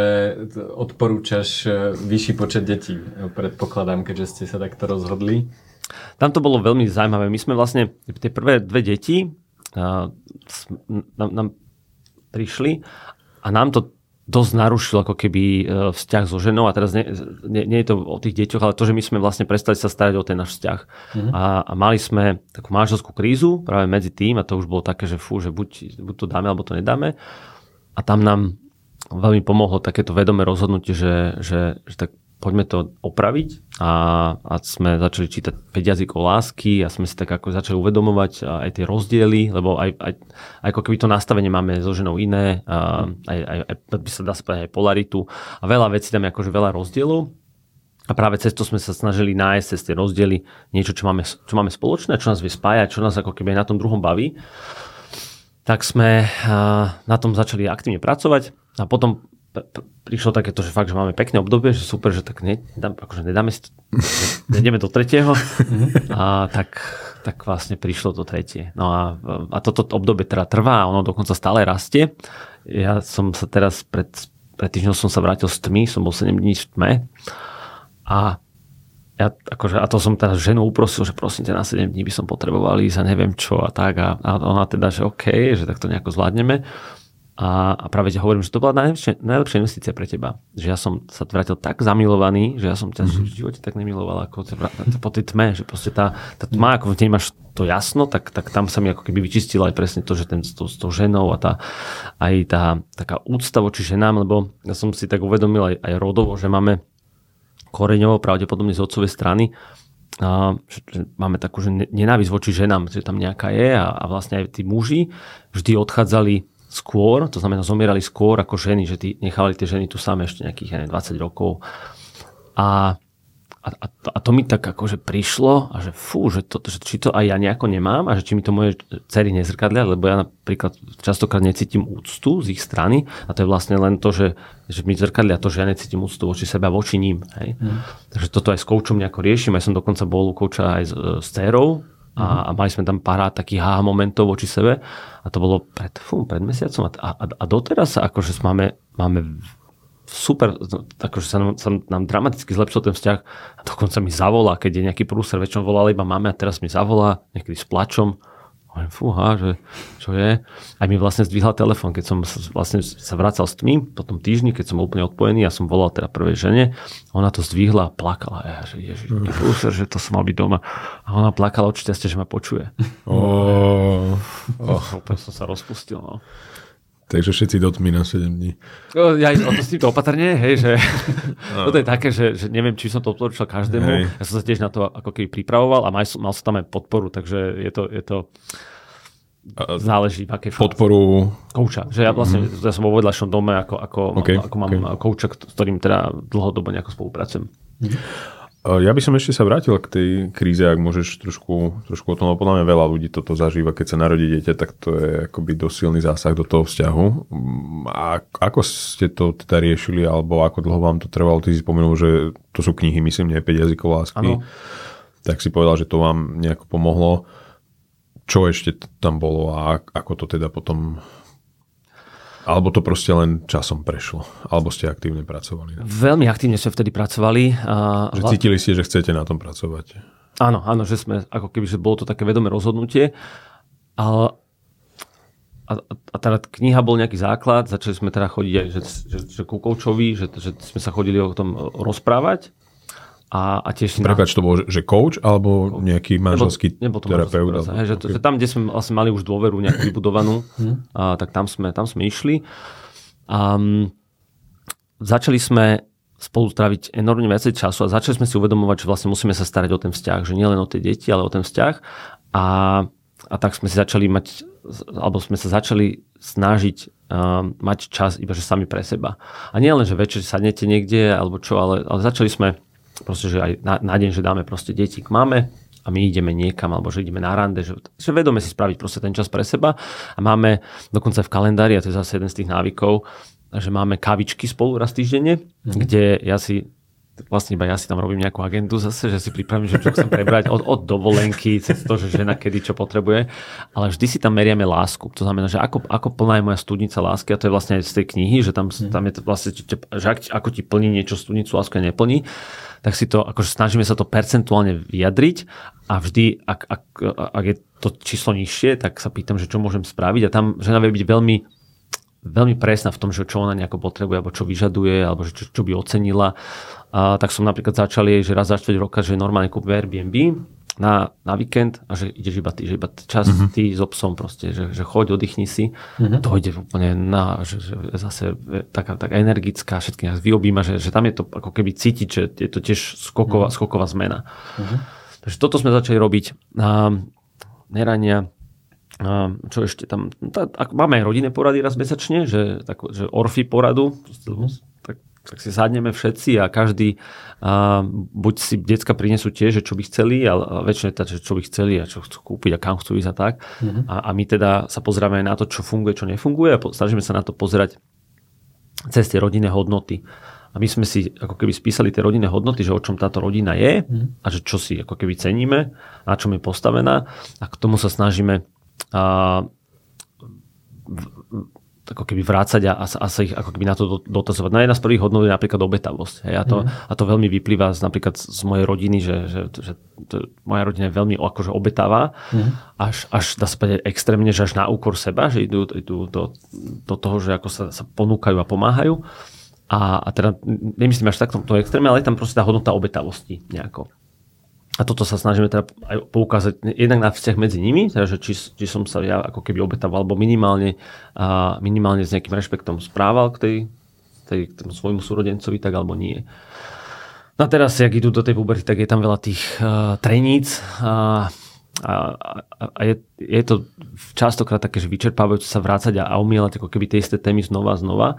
odporúčaš vyšší počet detí, predpokladám, keďže ste sa takto rozhodli. Tam to bolo veľmi zaujímavé. My sme vlastne, tie prvé dve deti uh, nám, nám prišli a nám to dosť narušilo ako keby uh, vzťah so ženou a teraz nie, nie, nie je to o tých deťoch, ale to, že my sme vlastne prestali sa starať o ten náš vzťah. Mm-hmm. A, a mali sme takú manželskú krízu práve medzi tým a to už bolo také, že fú, že buď, buď to dáme, alebo to nedáme. A tam nám veľmi pomohlo takéto vedomé rozhodnutie, že, že, že tak poďme to opraviť a, a sme začali čítať päť jazykov lásky a sme si tak ako začali uvedomovať aj tie rozdiely, lebo aj, aj, aj ako keby to nastavenie máme so ženou iné, a aj, aj, aj by sa dá povedať aj polaritu a veľa vecí tam je akože veľa rozdielov a práve cez to sme sa snažili nájsť cez tie rozdiely niečo, čo máme, čo máme spoločné, čo nás vie spájať, čo nás ako keby na tom druhom baví. Tak sme na tom začali aktívne pracovať a potom prišlo takéto, že fakt, že máme pekné obdobie, že super, že tak ne, akože nedáme si, nejdeme do tretieho a tak, tak vlastne prišlo to tretie. No a, a toto obdobie teda trvá, ono dokonca stále rastie. Ja som sa teraz pred, pred týždňom som sa vrátil z tmy, som bol sedem dní v tme a ja akože, a to som teda ženu uprosil, že prosím ťa na sedem dní by som potreboval ísť a neviem čo a tak a, a ona teda, že OK, že tak to nejako zvládneme. A, a práve ti hovorím, že to bola najlepšia, najlepšia investícia pre teba. Že ja som sa vrátil tak zamilovaný, že ja som ťa mm-hmm. v živote tak nemiloval ako po tej tme, že proste tá, tá tma, ako v nej máš to jasno, tak, tak tam sa mi ako keby vyčistila aj presne to, že ten s tou, s tou ženou a tá, aj tá taká úcta voči ženám, lebo ja som si tak uvedomil aj, aj rodovo, že máme koreňovo pravdepodobne z otcovej strany, a, že, že máme takú že nenávisť voči ženám, že tam nejaká je a, a vlastne aj tí muži vždy odchádzali skôr, to znamená zomierali skôr ako ženy, že tí nechávali tie ženy tu samé ešte nejakých neviem, dvadsať rokov. A, a, a, to, a to mi tak akože prišlo a že fú, že, to, že či to aj ja nejako nemám a že či mi to moje dcery nezrkadlia, lebo ja napríklad častokrát necítim úctu z ich strany a to je vlastne len to, že, že mi zrkadlia to, že ja necítim úctu voči sebe a voči ním. Hej. Mm. Takže toto aj s koučom nejako riešim. Ja som dokonca bol u kouča aj s, s dcerou a, a mali sme tam pár takých háha momentov voči sebe a to bolo pred, fú, pred mesiacom a, a, a doteraz sa akože máme, máme super, akože sa nám, sa nám dramaticky zlepšil ten vzťah a dokonca mi zavolá, keď je nejaký prúser, väčšinou volala iba máme a teraz mi zavolá niekedy s plačom. Fúha, že čo je. Aj mi vlastne zdvihla telefón, keď som vlastne sa vracal s tmy, po tom týždni, keď som úplne odpojený, ja som volal teda prvej žene, ona to zdvihla a plakala. Ja, že ježiš, aký prúser, že to som mal byť doma. A ona plakala od šťastia, že ma počuje. Oh. Oh. Úplne som sa rozpustil. No. Takže všetci do tmy na sedem dní. Ja o to s týmto opatrne, hej, že no. Toto je také, že, že neviem, či som to odporúčal každému. Hej. Ja som sa tiež na to ako keby pripravoval a mal, mal som tam aj podporu, takže je to, je to záleží v akej podporu kouča. Že ja vlastne, mm. ja som vo vedľajšom dome, ako, ako, okay, ako mám okay. kouča, s ktorým teda dlhodobo nejako spolupracujem. Mm. Ja by som ešte sa vrátil k tej kríze, ak môžeš trošku, trošku o tom, lebo podľa mňa veľa ľudí toto zažíva, keď sa narodí dieťa, tak to je akoby dosť silný zásah do toho vzťahu. A ako ste to teda riešili, alebo ako dlho vám to trvalo? Ty si spomenul, že to sú knihy, myslím, nie päť jazykov lásky. Ano. Tak si povedal, že to vám nejako pomohlo. Čo ešte tam bolo a ako to teda potom... Alebo to proste len časom prešlo? Alebo ste aktívne pracovali? Veľmi aktívne sme vtedy pracovali. A... Že cítili ste, že chcete na tom pracovať? Áno, áno, že sme, ako keby, že bolo to také vedomé rozhodnutie. A, a, a teda kniha bol nejaký základ. Začali sme teda chodiť aj že, že, že ku koučovi, že, že sme sa chodili o tom rozprávať. A, a tiež Prepáč, to bol, že coach alebo nejaký manželský nebol, nebol terapeut? Alebo, hej, že okay. to, tam, kde sme vlastne mali už dôveru nejakú vybudovanú, a, tak tam sme, tam sme išli. A, um, začali sme spolu tráviť enormne viacej času a začali sme si uvedomovať, že vlastne musíme sa starať o ten vzťah, že nie len o tie deti, ale o ten vzťah. A, a tak sme si začali mať, alebo sme sa začali snažiť um, mať čas iba že sami pre seba. A nie len, že večer sadnete niekde, alebo čo, ale, ale začali sme proste, že aj na, na deň, že dáme proste deti k mame a my ideme niekam, alebo že ideme na rande, že, že vedome si spraviť proste ten čas pre seba a máme dokonca v kalendári, a to je zase jeden z tých návykov, že máme kávičky spolu raz týždenne, mm-hmm. kde ja si vlastne iba ja si tam robím nejakú agendu zase, že si pripravím, že čo chcem prebrať od, od dovolenky, cez to, že žena kedy čo potrebuje, ale vždy si tam meriame lásku. To znamená, že ako, ako plná je moja studnica lásky, a to je vlastne aj z tej knihy, že tam, tam je to vlastne, že ako ti plní niečo studnicu lásky a neplní, tak si to, akože snažíme sa to percentuálne vyjadriť a vždy, ak, ak, ak je to číslo nižšie, tak sa pýtam, že čo môžem spraviť a tam žena vie byť veľmi veľmi presná v tom, že čo ona nejako potrebuje, alebo čo vyžaduje, alebo že čo, čo by ocenila. A tak som napríklad začal jej, že raz za štvrť roka, že normálne kúpim Airbnb na, na víkend a že ideš iba ty, že iba čas mm-hmm. ty s obsom proste, že, že choď, oddychni si. Mm-hmm. To ide úplne na, že, že zase taká, taká energická, všetky nás vyobíma, že, že tam je to ako keby cítiť, že je to tiež skoková, mm-hmm. skoková zmena. Mm-hmm. Takže toto sme začali robiť. A nerania. A čo ešte tam, tá, máme aj rodinné porady raz mesačne, že, tak, že Orfi poradu, tak, tak si sadneme všetci a každý, a buď si decka prinesú tiež, že čo by chceli, ale väčšine teda, že čo by chceli a čo chcú kúpiť a kam chcú ísť a tak. Mm-hmm. A, a my teda sa pozrieme na to, čo funguje, čo nefunguje a po, snažíme sa na to pozerať cez tie rodinné hodnoty. A my sme si ako keby spísali tie rodinné hodnoty, že o čom táto rodina je mm-hmm. a že čo si ako keby ceníme, na čom je postavená a k tomu sa snažíme a ako keby vrácať a, a sa ich ako keby na to dotazovať. No jedna z prvých hodnôt je napríklad obetavosť. Hej, a, to, mm. a to veľmi vyplýva z, napríklad z mojej rodiny, že, že, že to, moja rodina je veľmi akože obetavá, mm. až, až dá sa povedať extrémne, že až na úkor seba, že idú, idú do, do toho, že ako sa, sa ponúkajú a pomáhajú. A, a teda nemyslím až tak to extrémne, ale je tam proste tá hodnota obetavosti nejako. A toto sa snažíme teda aj poukázať jednak na vzťah medzi nimi, teda, že či, či som sa ja ako keby obetaval, alebo minimálne, a minimálne s nejakým rešpektom správal k tej, tej, k tomu svojmu súrodencovi, tak alebo nie. No a teraz, jak idú do tej puberty, tak je tam veľa tých uh, treníc a, a, a, a je, je to častokrát také, že vyčerpávajúce sa vrácať a, a umielať ako keby tie isté témy znova a znova,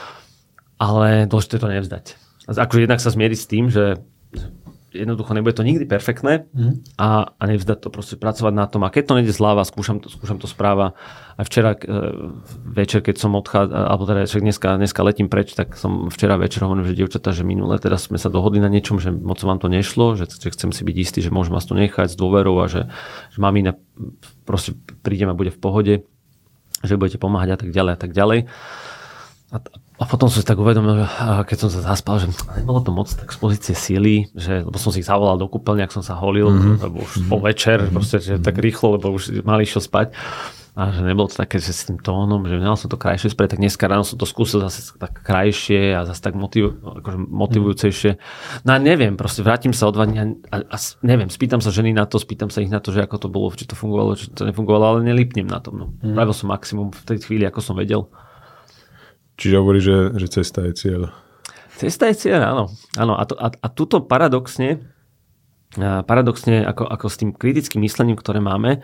ale dôležité to nevzdať. Akože jednak sa zmieriť s tým, že jednoducho nebude to nikdy perfektné mm. a, a nevzdať to, proste pracovať na tom. A keď to nejde zľava, skúšam to, skúšam to správa. Aj včera e, večer, keď som odchádzal, alebo teda dneska, dneska letím preč, tak som včera večer hovoril, že dievčatá, že minule teraz sme sa dohodli na niečom, že moc vám to nešlo, že, že chcem si byť istý, že môžem vás to nechať s dôverou a že, že mamina proste prídem a bude v pohode, že budete pomáhať a tak ďalej a tak ďalej. A, a potom som si tak uvedomil, keď som sa zaspal, že nebolo to moc tak z pozície síly, že, lebo som si ich zavolal do kúpeľne, ak som sa holil, mm-hmm. lebo už po večer, mm-hmm. proste, že tak rýchlo, lebo už mali išiel spať. A že nebolo to také, že s tým tónom, že nemal som to krajšie sprieť, tak dneska ráno som to skúsil zase tak krajšie a zase tak motiv, akože motivujúcejšie. No a neviem, proste vrátim sa o dva dní a, a neviem, spýtam sa ženy na to, spýtam sa ich na to, že ako to bolo, či to fungovalo, či to nefungovalo, ale nelípnem na tom. No. Mm. Pravil som maximum v tej chvíli, ako som vedel. Čiže hovorí, že, že cesta je cieľ. Cesta je cieľ, áno. áno a, to, a, a tuto paradoxne, a paradoxne ako, ako s tým kritickým myslením, ktoré máme,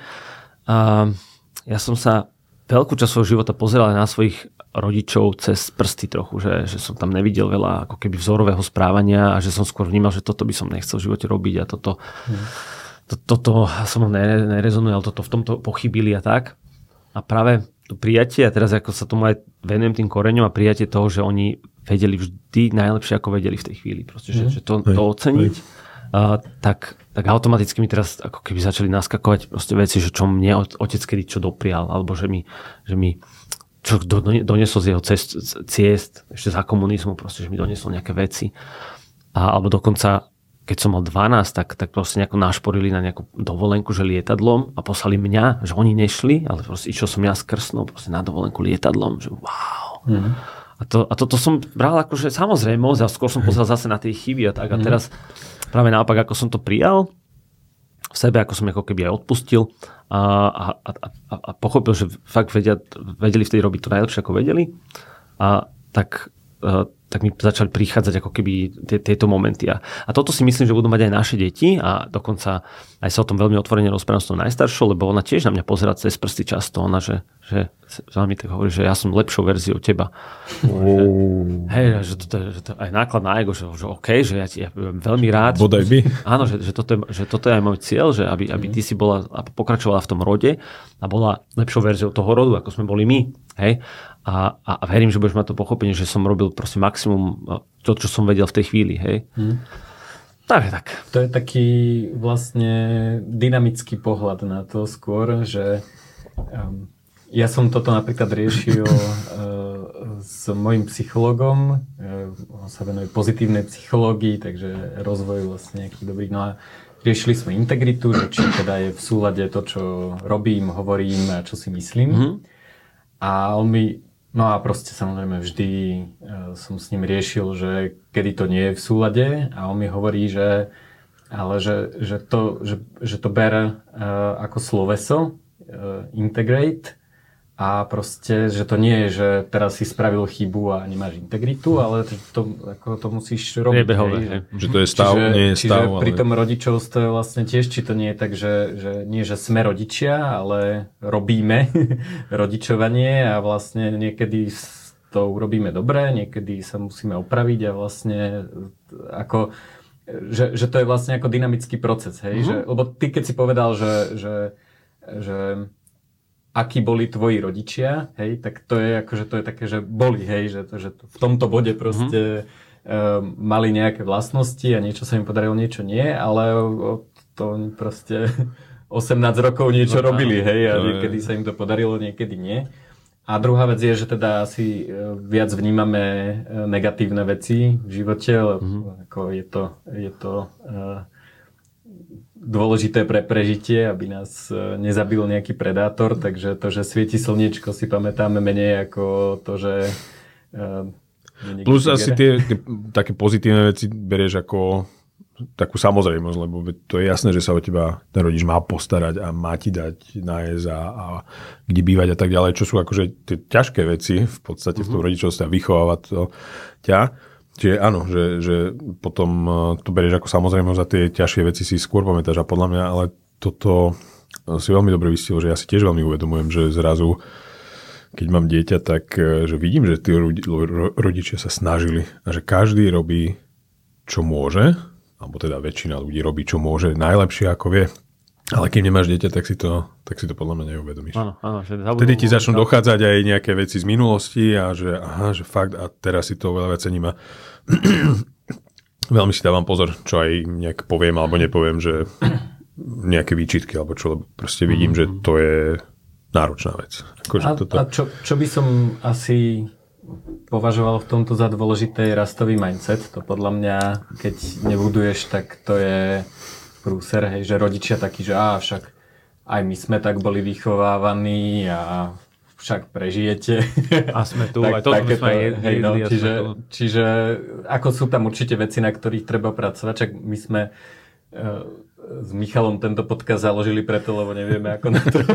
a ja som sa veľkú časť svojho života pozeral aj na svojich rodičov cez prsty trochu, že, že som tam nevidel veľa ako keby vzorového správania a že som skôr vnímal, že toto by som nechcel v živote robiť a toto, hmm. to, toto som nerezonuje, ale toto v tomto pochybili a tak. A práve to prijatie, a teraz ako sa tomu aj venujem tým koreňom a prijatie toho, že oni vedeli vždy najlepšie, ako vedeli v tej chvíli. Proste, že, mm. že to, to oceniť, uh, tak, tak automaticky mi teraz ako keby začali naskakovať proste veci, že čo mne otec kedy čo doprial, alebo že mi, že mi čo do, doniesol z jeho cest, ciest, ešte za komunizmu, proste, že mi doniesol nejaké veci. A, alebo dokonca keď som mal dvanásť, tak, tak proste nejako nášporili na nejakú dovolenku, že lietadlom a poslali mňa, že oni nešli, ale proste išiel som ja s krsnou proste na dovolenku lietadlom, že wow. Mm. A, to, a toto som bral akože samozrejme, a skôr som pozrel zase na tie chyby a tak. A teraz práve naopak, ako som to prijal v sebe, ako som ako keby aj odpustil a, a, a, a pochopil, že fakt vedia, vedeli vtedy robiť to najlepšie, ako vedeli. A tak... tak mi začali prichádzať ako keby tie, tieto momenty. A, a toto si myslím, že budú mať aj naše deti a dokonca aj sa o tom veľmi otvorene rozprávam s tou najstaršou, lebo ona tiež na mňa pozerá cez prsty často. Ona, že, že za mi tak hovorí, že ja som lepšou verziou teba. Oh. Hej, že to, že to aj náklad na ego, že, že OK, že ja ti ja veľmi rád. Bodaj by. Áno, že, že, toto je, že toto je aj môj cieľ, že aby, aby ty si bola a pokračovala v tom rode a bola lepšou verziou toho rodu, ako sme boli my. Hej. A, a, a verím, že budeš mať to pochopenie, že som robil proste maximum to, čo som vedel v tej chvíli. Hej. Hmm. Tak, tak. To je taký vlastne dynamický pohľad na to skôr, že um, ja som toto napríklad riešil uh, s mojím psychologom. Uh, on sa venuje pozitívnej psychológii, takže rozvoju vlastne nejakých dobrých. No a riešili sme integritu, že či teda je v súlade to, čo robím, hovorím a čo si myslím. Hmm. A on mi No a proste samozrejme vždy uh, som s ním riešil, že kedy to nie je v súlade a on mi hovorí, že ale že, že, to, že, že to ber uh, ako sloveso, uh, integrate a proste, že to nie je, že teraz si spravil chybu a nemáš integritu, ale to, ako to musíš robiť. Nebehové, hej, že to je stav, čiže, nie je stav. Čiže ale... pri tom rodičovstve vlastne tiež, či to nie je tak, že, že nie, že sme rodičia, ale robíme rodičovanie a vlastne niekedy to urobíme dobre, niekedy sa musíme opraviť a vlastne ako, že, že to je vlastne ako dynamický proces, hej, mm-hmm. že, lebo ty keď si povedal, že, že, že akí boli tvoji rodičia, hej, tak to je akože to je také, že boli, hej, že, to, že v tomto bode proste mm-hmm. uh, mali nejaké vlastnosti a niečo sa im podarilo, niečo nie, ale to proste osemnásť rokov niečo no, robili, hej, a niekedy je... sa im to podarilo, niekedy nie. A druhá vec je, že teda asi viac vnímame negatívne veci v živote, lebo mm-hmm. ako je to, je to uh, dôležité pre prežitie, aby nás nezabil nejaký predátor, takže to, že svieti slniečko, si pamätáme menej ako to, že uh, plus asi tie, tie také pozitívne veci berieš ako takú samozrejmosť, lebo to je jasné, že sa o teba ten rodič má postarať a má ti dať nájsť a, a kde bývať a tak ďalej, čo sú akože tie ťažké veci v podstate mm-hmm. v tom rodičovstve a vychovávať to ťa. Čiže áno, že, že potom to berieš ako samozrejmosť a tie ťažšie veci si skôr pamätáš a podľa mňa, ale toto si veľmi dobre vystihol, že ja si tiež veľmi uvedomujem, že zrazu keď mám dieťa, tak že vidím, že tí rodičia sa snažili a že každý robí, čo môže, alebo teda väčšina ľudí robí, čo môže, najlepšie ako vie. Ale keď nemáš dieťa, tak si to, tak si to podľa mňa neuvedomíš. Áno, áno. Vtedy ti začnú dochádzať aj nejaké veci z minulosti a že aha, že fakt a teraz si to veľa viac cením a veľmi si dávam pozor, čo aj nejak poviem alebo nepoviem, že nejaké výčitky alebo čo, lebo proste vidím, mm-hmm. že to je náročná vec. Akože a toto... a čo, čo by som asi považoval v tomto za dôležité je rastový mindset. To podľa mňa, keď nebuduješ, tak to je prúser, hej, že rodičia takí, že á, však aj my sme tak boli vychovávaní a však prežijete. A sme tu, tak, aj toto sme aj jedli. Hej, no, čiže, čiže ako sú tam určite veci, na ktorých treba pracovať, čak my sme uh, s Michalom tento podcast založili preto, lebo nevieme, ako na to.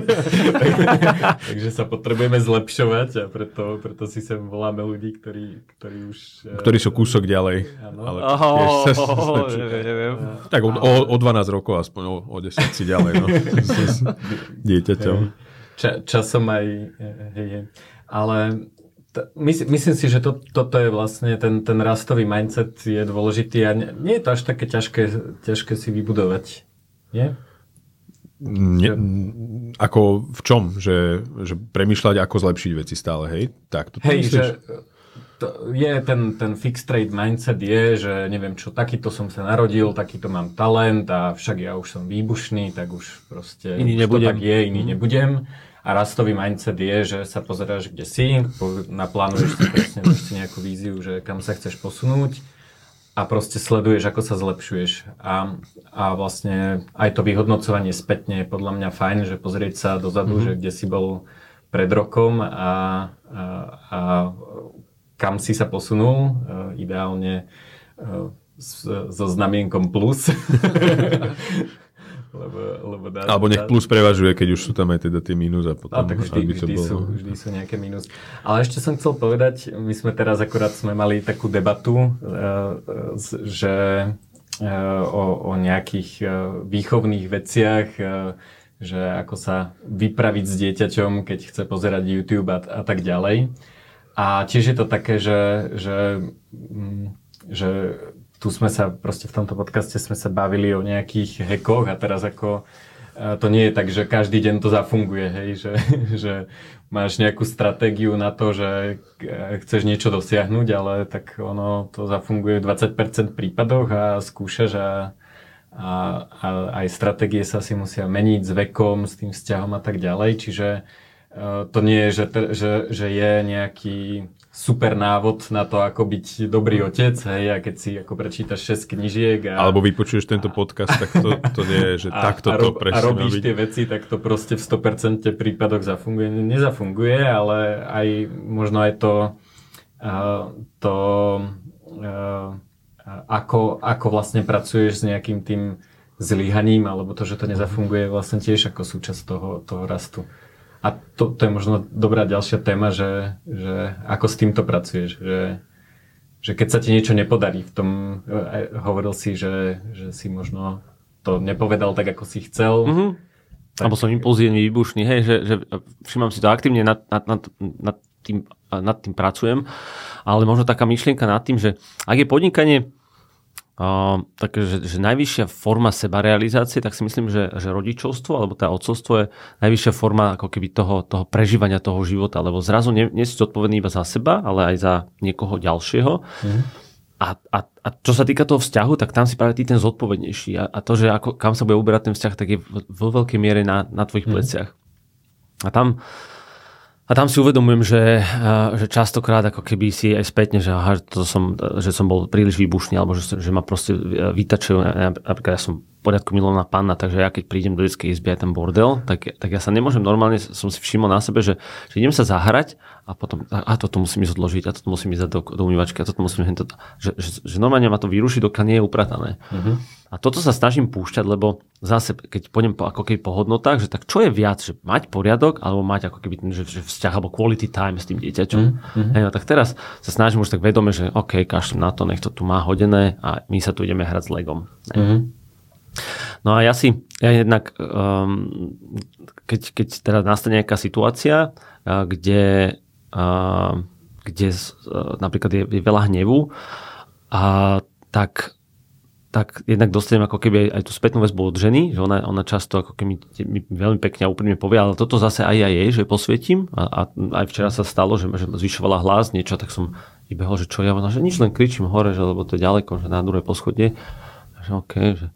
Takže sa potrebujeme zlepšovať a preto, preto si sem voláme ľudí, ktorí, ktorí už... Ktorí sú kúsok ďalej. Ale oh, sa, oh, neviem. Tak o, o, o dvanásť rokov aspoň, o, o desať si ďalej. No. S dieťaťom. Ča, časom aj... Hej, hej. Ale... Mysl, myslím si, že to, toto je vlastne ten, ten rastový mindset je dôležitý a nie, nie je to až také ťažké, ťažké si vybudovať. Nie? Nie, ako v čom? Že, že premýšľať, ako zlepšiť veci stále, hej? Tak, toto hej, že to je ten, ten fixed rate mindset je, že neviem čo, takýto som sa narodil, takýto mám talent a však ja už som výbušný, tak už proste iný už nebudem. To tak je, iný mm. nebudem. A rastový mindset je, že sa pozeráš, kde si, naplánuješ si presne si nejakú víziu, že kam sa chceš posunúť a proste sleduješ, ako sa zlepšuješ. A, a vlastne aj to vyhodnocovanie spätne je podľa mňa fajn, že pozrieť sa dozadu, mm-hmm. že kde si bol pred rokom a, a, a kam si sa posunul, ideálne so znamienkom plus. Lebo, lebo dá, alebo nech plus prevažuje, keď už sú tam aj teda tie mínus a potom... A tak vždy, vždy, bolo... sú, vždy sú nejaké mínus. Ale ešte som chcel povedať, my sme teraz akorát sme mali takú debatu, že o, o nejakých výchovných veciach, že ako sa vypraviť s dieťaťom, keď chce pozerať YouTube a, a tak ďalej. A tiež je to také, že, že, že tu sme sa, proste v tomto podcaste sme sa bavili o nejakých hackoch a teraz ako to nie je tak, že každý deň to zafunguje, hej, že, že máš nejakú stratégiu na to, že chceš niečo dosiahnuť, ale tak ono to zafunguje v dvadsať percent prípadoch a skúšaš a, a, a aj stratégie sa si musia meniť s vekom, s tým vzťahom a tak ďalej, čiže to nie je, že, že, že je nejaký super návod na to, ako byť dobrý otec, hej, a keď si ako prečítaš šesť knižiek a... Alebo vypočuješ tento podcast, tak to, to nie je, že a, takto a, to presne a robíš tie veci, tak to proste v sto percent prípadoch zafunguje. Nezafunguje, ale aj možno aj to, uh, to uh, ako, ako vlastne pracuješ s nejakým tým zlyhaním, alebo to, že to nezafunguje, vlastne tiež ako súčasť toho, toho rastu. A to, to je možno dobrá ďalšia téma, že, že ako s týmto pracuješ, že, že keď sa ti niečo nepodarí v tom, hovoril si, že, že si možno to nepovedal tak, ako si chcel. Mm-hmm. Tak... Alebo som impulzívny, výbušný, hej, že, že všímam si to aktívne, nad, nad, nad, nad, tým, nad tým pracujem, ale možno taká myšlienka nad tým, že ak je podnikanie Uh, takže že, že najvyššia forma sebarealizácie, tak si myslím, že, že rodičovstvo alebo tá otcovstvo je najvyššia forma ako keby toho, toho prežívania toho života, lebo zrazu nie, nie si zodpovedný iba za seba, ale aj za niekoho ďalšieho. Mm. A, a, a čo sa týka toho vzťahu, tak tam si práve ty ten zodpovednejší a, a to, že ako, kam sa bude uberať ten vzťah, tak je vo veľkej miere na, na tvojich mm. pleciach. A tam A tam si uvedomujem, že, že častokrát ako keby si aj spätne, že, aha, to som, že som bol príliš výbušný, alebo že, že ma proste vytačujú. Napríklad ja som v poriadku milovaná panna, takže ja keď prídem do detskej izby aj ten bordel, tak, tak ja sa nemôžem normálne, som si všimol na sebe, že, že idem sa zahrať a potom, a toto musím ísť odložiť, a toto musím ísť do, do umývačky, a toto musím ísť, že, že, že normálne ma to vyruší, dokiaľ nie je upratané. Uh-huh. A toto sa snažím púšťať, lebo zase, keď pôjdem po, ako keby po hodnotách, že tak čo je viac, že mať poriadok, alebo mať ako keby že, že vzťah, alebo quality time s tým dieťaťom. Mm-hmm. Hej, no tak teraz sa snažím už tak vedome, že OK, kašlem na to, nech to tu má hodené a my sa tu ideme hrať s Legom. Mm-hmm. No a ja si, ja jednak, um, keď, keď teda nastane nejaká situácia, uh, kde, uh, kde uh, napríklad je, je veľa hnevu, a tak tak jednak dostanem ako keby aj tú spätnú väzbu od ženy, že ona, ona často ako keby mi veľmi pekne a úprimne povie, ale toto zase aj ja jej, že posvietím. A, a aj včera sa stalo, že, že zvyšovala hlas niečo, tak som vybehol, že čo ja, ona, že nič, len kričím hore, že, lebo to je ďaleko, že na druhé poschodie. Že okay, že...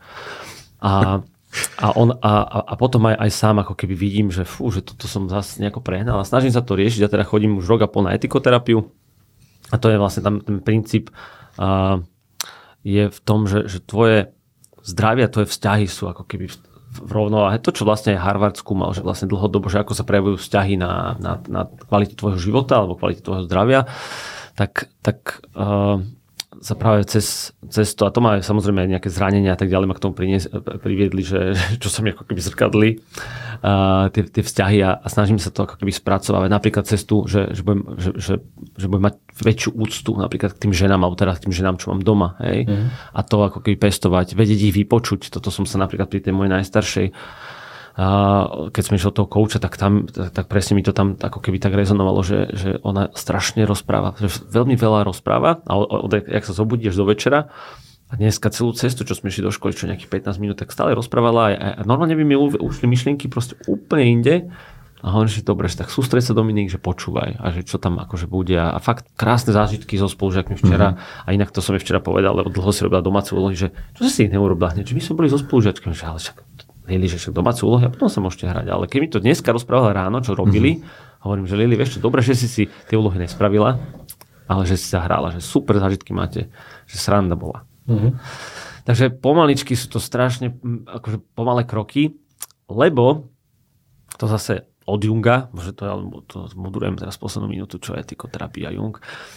A, a, on, a, a potom aj, aj sám ako keby vidím, že fú, že toto som zase nejako prehnal. A snažím sa to riešiť. Ja teda chodím už rok a pol na etikoterapiu. A to je vlastne tam ten princíp, a, je v tom, že, že tvoje zdravie a tvoje vzťahy sú ako keby v rovnováhe. To, čo vlastne aj Harvard skúmal, že vlastne dlhodobo, že ako sa prejavujú vzťahy na, na, na kvalitu tvojho života alebo kvalitu tvojho zdravia, tak, tak uh, sa práve cez, cez to, a to má samozrejme aj nejaké zranenia a tak ďalej, ma k tomu prinies, priviedli, že, čo sa mi ako keby zrkadli uh, tie, tie vzťahy a, a snažím sa to ako keby spracovať. Napríklad cez tú, že, že, budem, že, že, že budem mať väčšiu úctu napríklad k tým ženám, alebo teda k tým ženám, čo mám doma. Hej? Mm. A to ako keby pestovať, vedieť ich vypočuť. Toto som sa napríklad pri tej mojej najstaršej, a keď som išiel toho kouča, tak tam tak, tak presne mi to tam ako keby tak rezonovalo, že, že ona strašne rozpráva, že veľmi veľa rozpráva a od, od, jak sa zobudíš do večera a dneska celú cestu, čo sme išli do školy, čo nejakých pätnásť minút, tak stále rozprávala a, a normálne by mi ušli myšlienky proste úplne inde a hovorím, že dobre, že tak sústreď sa, Dominik, že počúvaj a že čo tam akože bude a, a fakt krásne zážitky so spolužiakmi včera mm-hmm. a inak to som jej včera povedal, lebo dlho si robila domáce úlohy, že čo si ich neurobila hneď, že my sme boli so spolužiačkami, že ale však Lili, že však domácu úlohy a potom sa môžete hrať. Ale keď mi to dneska rozprávala ráno, čo robili, mm-hmm. hovorím, že Lili, vieš čo, dobre, že si si tie úlohy nespravila, ale že si sa hrála, že super zážitky máte, že sranda bola. Mm-hmm. Takže pomaličky sú to strašne akože pomalé kroky, lebo to zase od Junga, že to, to modurujem teraz poslednú minútu, čo je etikoterapia Jung.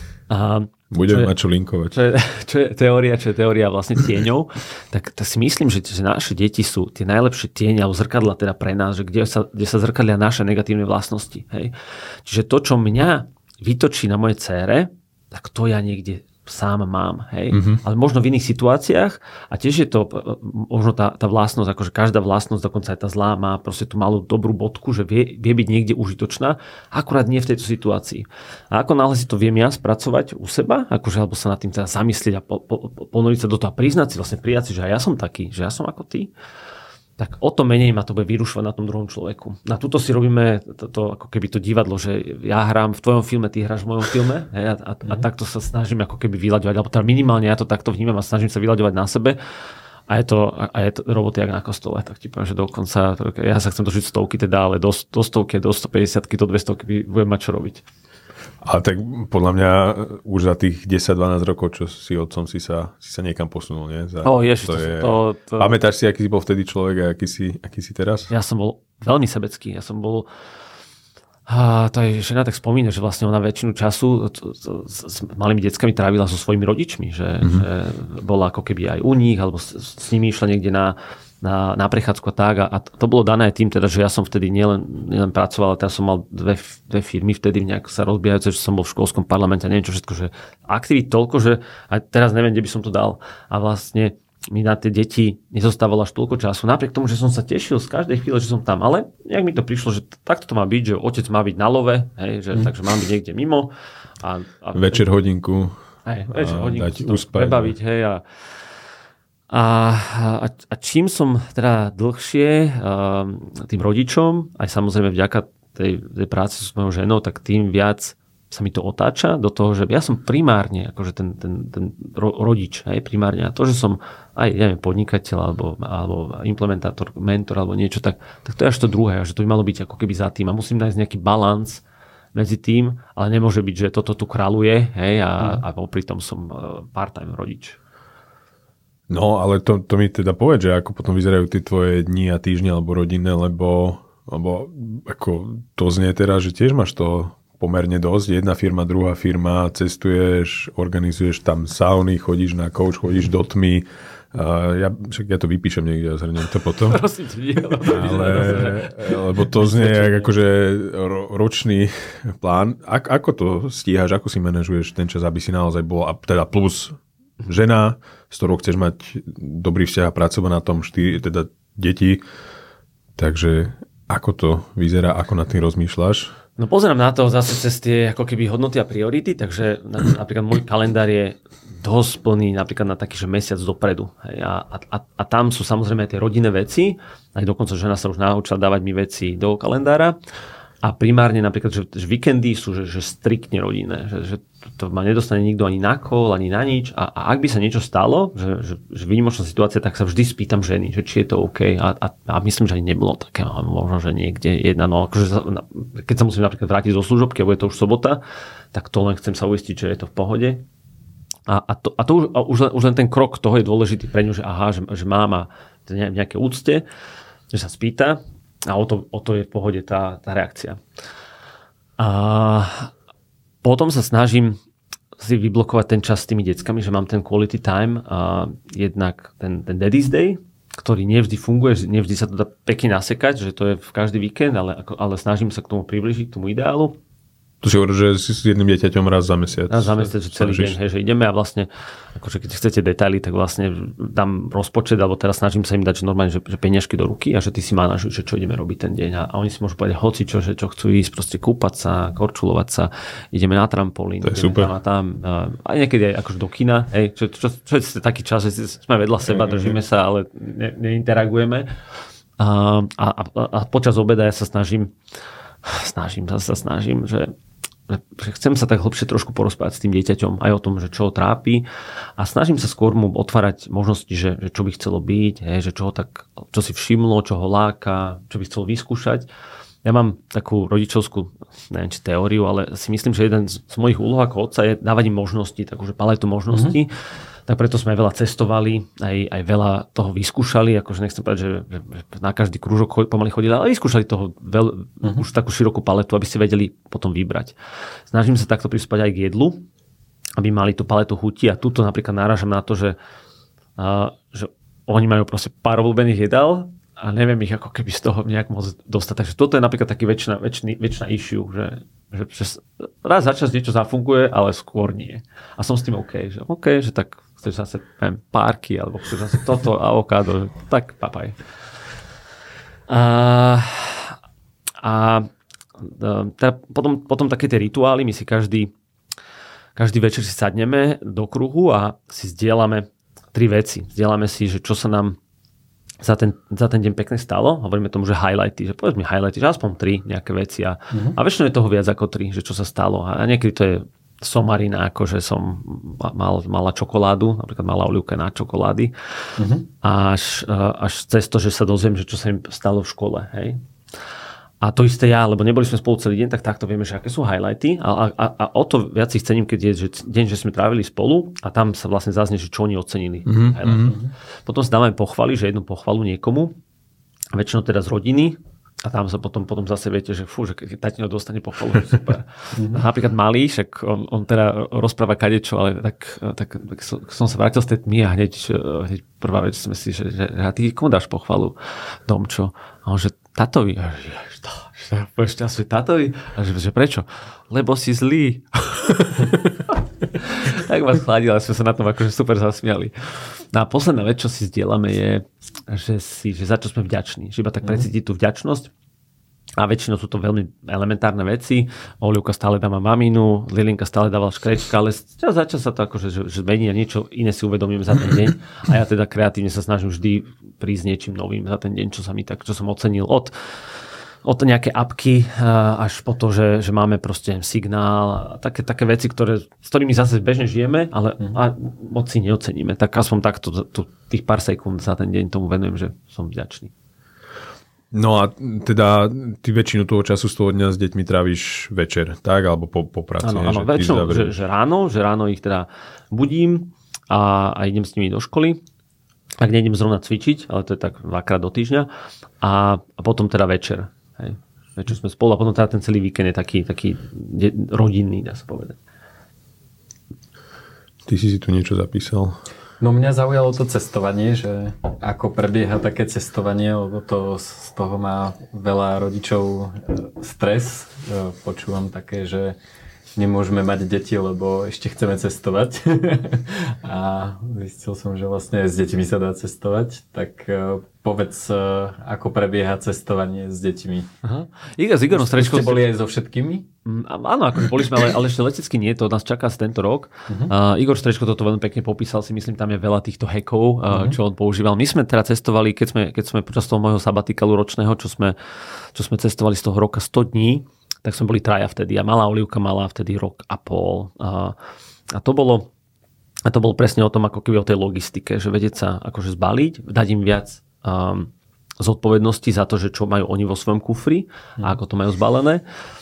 A budeme mať čo linkovať. Čo je, čo je teória, čo je teória vlastne tieňov, tak, tak si myslím, že, že naše deti sú tie najlepšie tieňa alebo zrkadla teda pre nás, že kde sa, kde sa zrkadlia naše negatívne vlastnosti. Hej. Čiže to, čo mňa vytočí na mojej dcére, tak to ja niekde sám mám, hej. Mm-hmm. Ale možno v iných situáciách a tiež je to možno tá, tá vlastnosť, akože každá vlastnosť, dokonca aj tá zlá, má proste tú malú dobrú bodku, že vie, vie byť niekde užitočná, akurát nie v tejto situácii. A ako náhle si to viem ja spracovať u seba, akože alebo sa nad tým teda zamyslieť a po, po, ponoriť sa do toho a priznať si, vlastne prijať si, že aj ja som taký, že ja som ako ty, tak o to menej ma to bude vyrušovať na tom druhom človeku. Na túto si robíme to, to, ako keby to divadlo, že ja hrám v tvojom filme, ty hráš v mojom filme, hej, a, a, a takto sa snažím ako keby vyľaďovať, alebo teda minimálne ja to takto vnímam a snažím sa vyľaďovať na sebe a je to, a je to roboty jak na kostole, tak ti poviem, že dokonca, ja sa chcem dožiť stovky teda, ale do, do stovky, do stopäťdesiatky, do dvestovky budem mať čo robiť. Ale tak podľa mňa už za tých desať dvanásť rokov, čo si otcom, si sa, si sa niekam posunul, nie? Za, oh, ježiš, to je, to, to... Pamätáš si, aký si bol vtedy človek a aký si, aký si teraz? Ja som bol veľmi sebecký. Ja som bol... A to aj žena tak spomína, že vlastne ona väčšinu času to, to, s malými deckami trávila so svojimi rodičmi. Že, mm-hmm. že bola ako keby aj u nich, alebo s, s nimi išla niekde na... Na, na prechádzku a tak. A, a to bolo dané aj tým, teda, že ja som vtedy nielen, nielen pracoval, ale teda som mal dve, dve firmy vtedy nejak sa rozbiehajúce, že som bol v školskom parlamente a neviem čo všetko, že aktivít toľko, že a teraz neviem, kde by som to dal. A vlastne mi na tie deti nezostávalo až toľko času. Napriek tomu, že som sa tešil z každej chvíle, že som tam, ale nejak mi to prišlo, že takto to má byť, že otec má byť na love, hej, že, mm. takže mám byť niekde mimo. A, a, večer hodinku. Hej, večer hodinku dať uspať, prebaviť, hej, a A, a, a čím som teda dlhšie um, tým rodičom, aj samozrejme vďaka tej, tej práci s mojou ženou, tak tým viac sa mi to otáča do toho, že ja som primárne akože ten, ten, ten ro, rodič, hej, primárne. A to, že som aj neviem, podnikateľ alebo, alebo implementátor, mentor alebo niečo, tak, tak to je až to druhé, že to by malo byť ako keby za tým. A musím nájsť nejaký balans medzi tým, ale nemôže byť, že toto tu kráľuje, hej, a, a popri tom som part-time rodič. No, ale to, to mi teda povedz, že ako potom vyzerajú tie tvoje dni a týždne alebo rodinné, lebo, lebo ako to znie teraz, že tiež máš to pomerne dosť. Jedna firma, druhá firma, cestuješ, organizuješ tam sauny, chodíš na coach, chodíš do tmy. Uh, ja, však ja to vypíšem niekde a zhrniem to potom. Prosím, ale, lebo to znie jak akože ro, ročný plán. A, ako to stíhaš, ako si manažuješ ten čas, aby si naozaj bol, a teda plus žena, s ktorou chceš mať dobrý vzťah a pracovať na tom, štyri, teda deti. Takže ako to vyzerá, ako nad tým rozmýšľaš? No pozerám na to zase cez tie ako keby hodnoty a priority, takže napríklad môj kalendár je dosť plný napríklad na taký, že mesiac dopredu. Hej, a, a, a tam sú samozrejme aj tie rodinné veci, aj dokonca žena sa už naučila dávať mi veci do kalendára a primárne napríklad, že, že víkendy sú že, že striktne rodinné, že, že to ma nedostane nikto ani na call, ani na nič a, a ak by sa niečo stalo, že, že, že výnimočná situácia, tak sa vždy spýtam ženy, že či je to OK a, a, a myslím, že ani nebolo také, možno, že niekde jedna, no akože keď sa musím napríklad vrátiť zo služobky a bude to už sobota, tak to len chcem sa uistiť, že je to v pohode. A, a, to, a to už, a už, len, už len ten krok toho je dôležitý pre ňu, že aha, že, že máma v nejaké úcte, že sa spýta a o to, o to je v pohode tá, tá reakcia. A potom sa snažím si vyblokovať ten čas s tými deckami, že mám ten quality time a jednak ten, ten Daddy's Day, ktorý nevždy funguje, nevždy sa to dá pekne nasekať, že to je v každý víkend, ale, ale snažím sa k tomu približiť, k tomu ideálu. Tu si hovorí, že si s jedným dieťaťom raz za mesiac. Raz za mesiac, že celý deň, hej, že ideme a vlastne, akože keď chcete detaily, tak vlastne dám rozpočet, alebo teraz snažím sa im dať, že normálne, že, že peniažky do ruky a že ty si manažuj, že čo ideme robiť ten deň. A, a oni si môžu povedať hoci čo, že čo chcú ísť, proste kúpať sa, korčulovať sa, ideme na trampolín, to je ideme super. tam a tam. A aj niekedy aj akože do kina, hej, čo, čo, čo je taký čas, že sme vedľa seba, držíme sa, ale ne, neinteragujeme. A, a, a, a počas obeda ja sa snažím, snažím sa, sa snažím, že že chcem sa tak hlbšie trošku porozprávať s tým dieťaťom aj o tom, že čo ho trápi a snažím sa skôr mu otvárať možnosti, že, že čo by chcelo byť, hej, že čo ho tak, čo si všimlo, čo ho láka, čo by chcelo vyskúšať. Ja mám takú rodičovskú, neviem či teóriu, ale si myslím, že jeden z mojich úloh ako otca je dávať im možnosti, takže paletu možností. Mm-hmm. Tak preto sme aj veľa cestovali, aj, aj veľa toho vyskúšali, akože nechcem povedať, že, že na každý krúžok pomaly chodili, ale vyskúšali toho veľ, uh-huh. už takú širokú paletu, aby si vedeli potom vybrať. Snažím sa takto prispať aj k jedlu, aby mali tú paletu chutí a tuto napríklad náražam na to, že, uh, že oni majú proste pár obľúbených jedál a neviem ich ako keby z toho nejak moc dostať. Takže toto je napríklad taký väčšina, väčšina, väčšina issue, že že, že raz za čas niečo zafunguje, ale skôr nie. A som s tým OK, že OK, že tak chceš zase neviem, párky, alebo chceš zase toto, avokádo, tak papaj. A, a teda potom, potom také tie rituály, my si každý, každý večer si sadneme do kruhu a si zdieľame tri veci. Zdieľame si, že čo sa nám Za ten, za ten deň pekne stalo. Hovoríme tomu, že highlighty, že povedz mi highlighty, že aspoň tri nejaké veci a, uh-huh. a väčšinou je toho viac ako tri, že čo sa stalo. A niekedy to je somarina, ako že som mal, mala čokoládu, napríklad mala olivka na čokolády, uh-huh. až, až cez to, že sa dozviem, že čo sa im stalo v škole. Hej. A to isté ja, lebo neboli sme spolu celý deň, tak takto vieme, že aké sú highlighty a, a, a o to viac ich cením, keď je že deň, že sme trávili spolu a tam sa vlastne zaznie, že čo oni ocenili. Mm-hmm. Potom si dávame pochvaly, že jednu pochvalu niekomu, väčšinou teda z rodiny a tam sa potom, potom zase viete, že fú, že keď tatino dostane pochvalu, že super. Mm-hmm. Napríklad malý, však on, on teda rozpráva kadečo, ale tak, tak, tak som sa vrátil z tej tmy a hneď, hneď prvá vec sme si, že, že, že a ty komu dáš pochvalu? Domčo. A on, že tatovi. A že, šťastný tatovi. A že, že prečo? Lebo si zlý. Tak ma schladil, ale sme sa na tom akože super zasmiali. No a posledná vec, čo si zdieľame je, že, si, že za čo sme vďační. Že iba tak precítiť tú vďačnosť. A väčšinou sú to veľmi elementárne veci. Olivka stále dáva maminu, Lilinka stále dávala škrečka, ale čas za čas sa to akože že, že zmení a niečo iné si uvedomím za ten deň. A ja teda kreatívne sa snažím vždy prísť niečím novým za ten deň, čo sa mi tak, čo som ocenil od od nejaké apky až po to, že, že máme proste signál a také, také veci, ktoré, s ktorými zase bežne žijeme, ale mm. a moc si neoceníme. Tak aspoň takto tu, tých pár sekúnd za ten deň tomu venujem, že som vďačný. No a teda ty väčšinu toho času z toho dňa s deťmi tráviš večer, tak? Alebo po, po práci? Áno, áno, väčšinou, že, že ráno, že ráno ich teda budím a, a idem s nimi do školy. Ak nejdem zrovna cvičiť, ale to je tak dvakrát do týždňa. A, a potom teda večer. Hej. Večer sme spolu a potom teda ten celý víkend je taký, taký rodinný, dá sa povedať. Ty si si tu niečo zapísal? No mňa zaujalo to cestovanie, že ako prebieha také cestovanie, lebo to, z toho má veľa rodičov stres. Počúvam také, že nemôžeme mať deti, lebo ešte chceme cestovať. A zistil som, že vlastne s deťmi sa dá cestovať. Tak povedz, ako prebieha cestovanie s deťmi. Aha. Igor, s Igorom Strečkom... Ste boli aj so všetkými? Áno, ako boli sme, ale, ale ešte letecky nie, to nás čaká z tento rok. Uh-huh. Uh, Igor Strečko toto veľmi pekne popísal, si myslím, tam je veľa týchto hackov, uh, uh-huh. čo on používal. My sme teda cestovali, keď sme, keď sme počas toho môjho sabatikalu ročného, čo sme, čo sme cestovali z toho roka sto dní, tak sme boli traja vtedy a malá Olivka mala vtedy rok a pol. A, a to bolo a to bolo presne o tom, ako keby o tej logistike, že vedieť sa akože zbaliť, dať im viac um, zodpovednosti za to, že čo majú oni vo svojom kufri a ako to majú zbalené.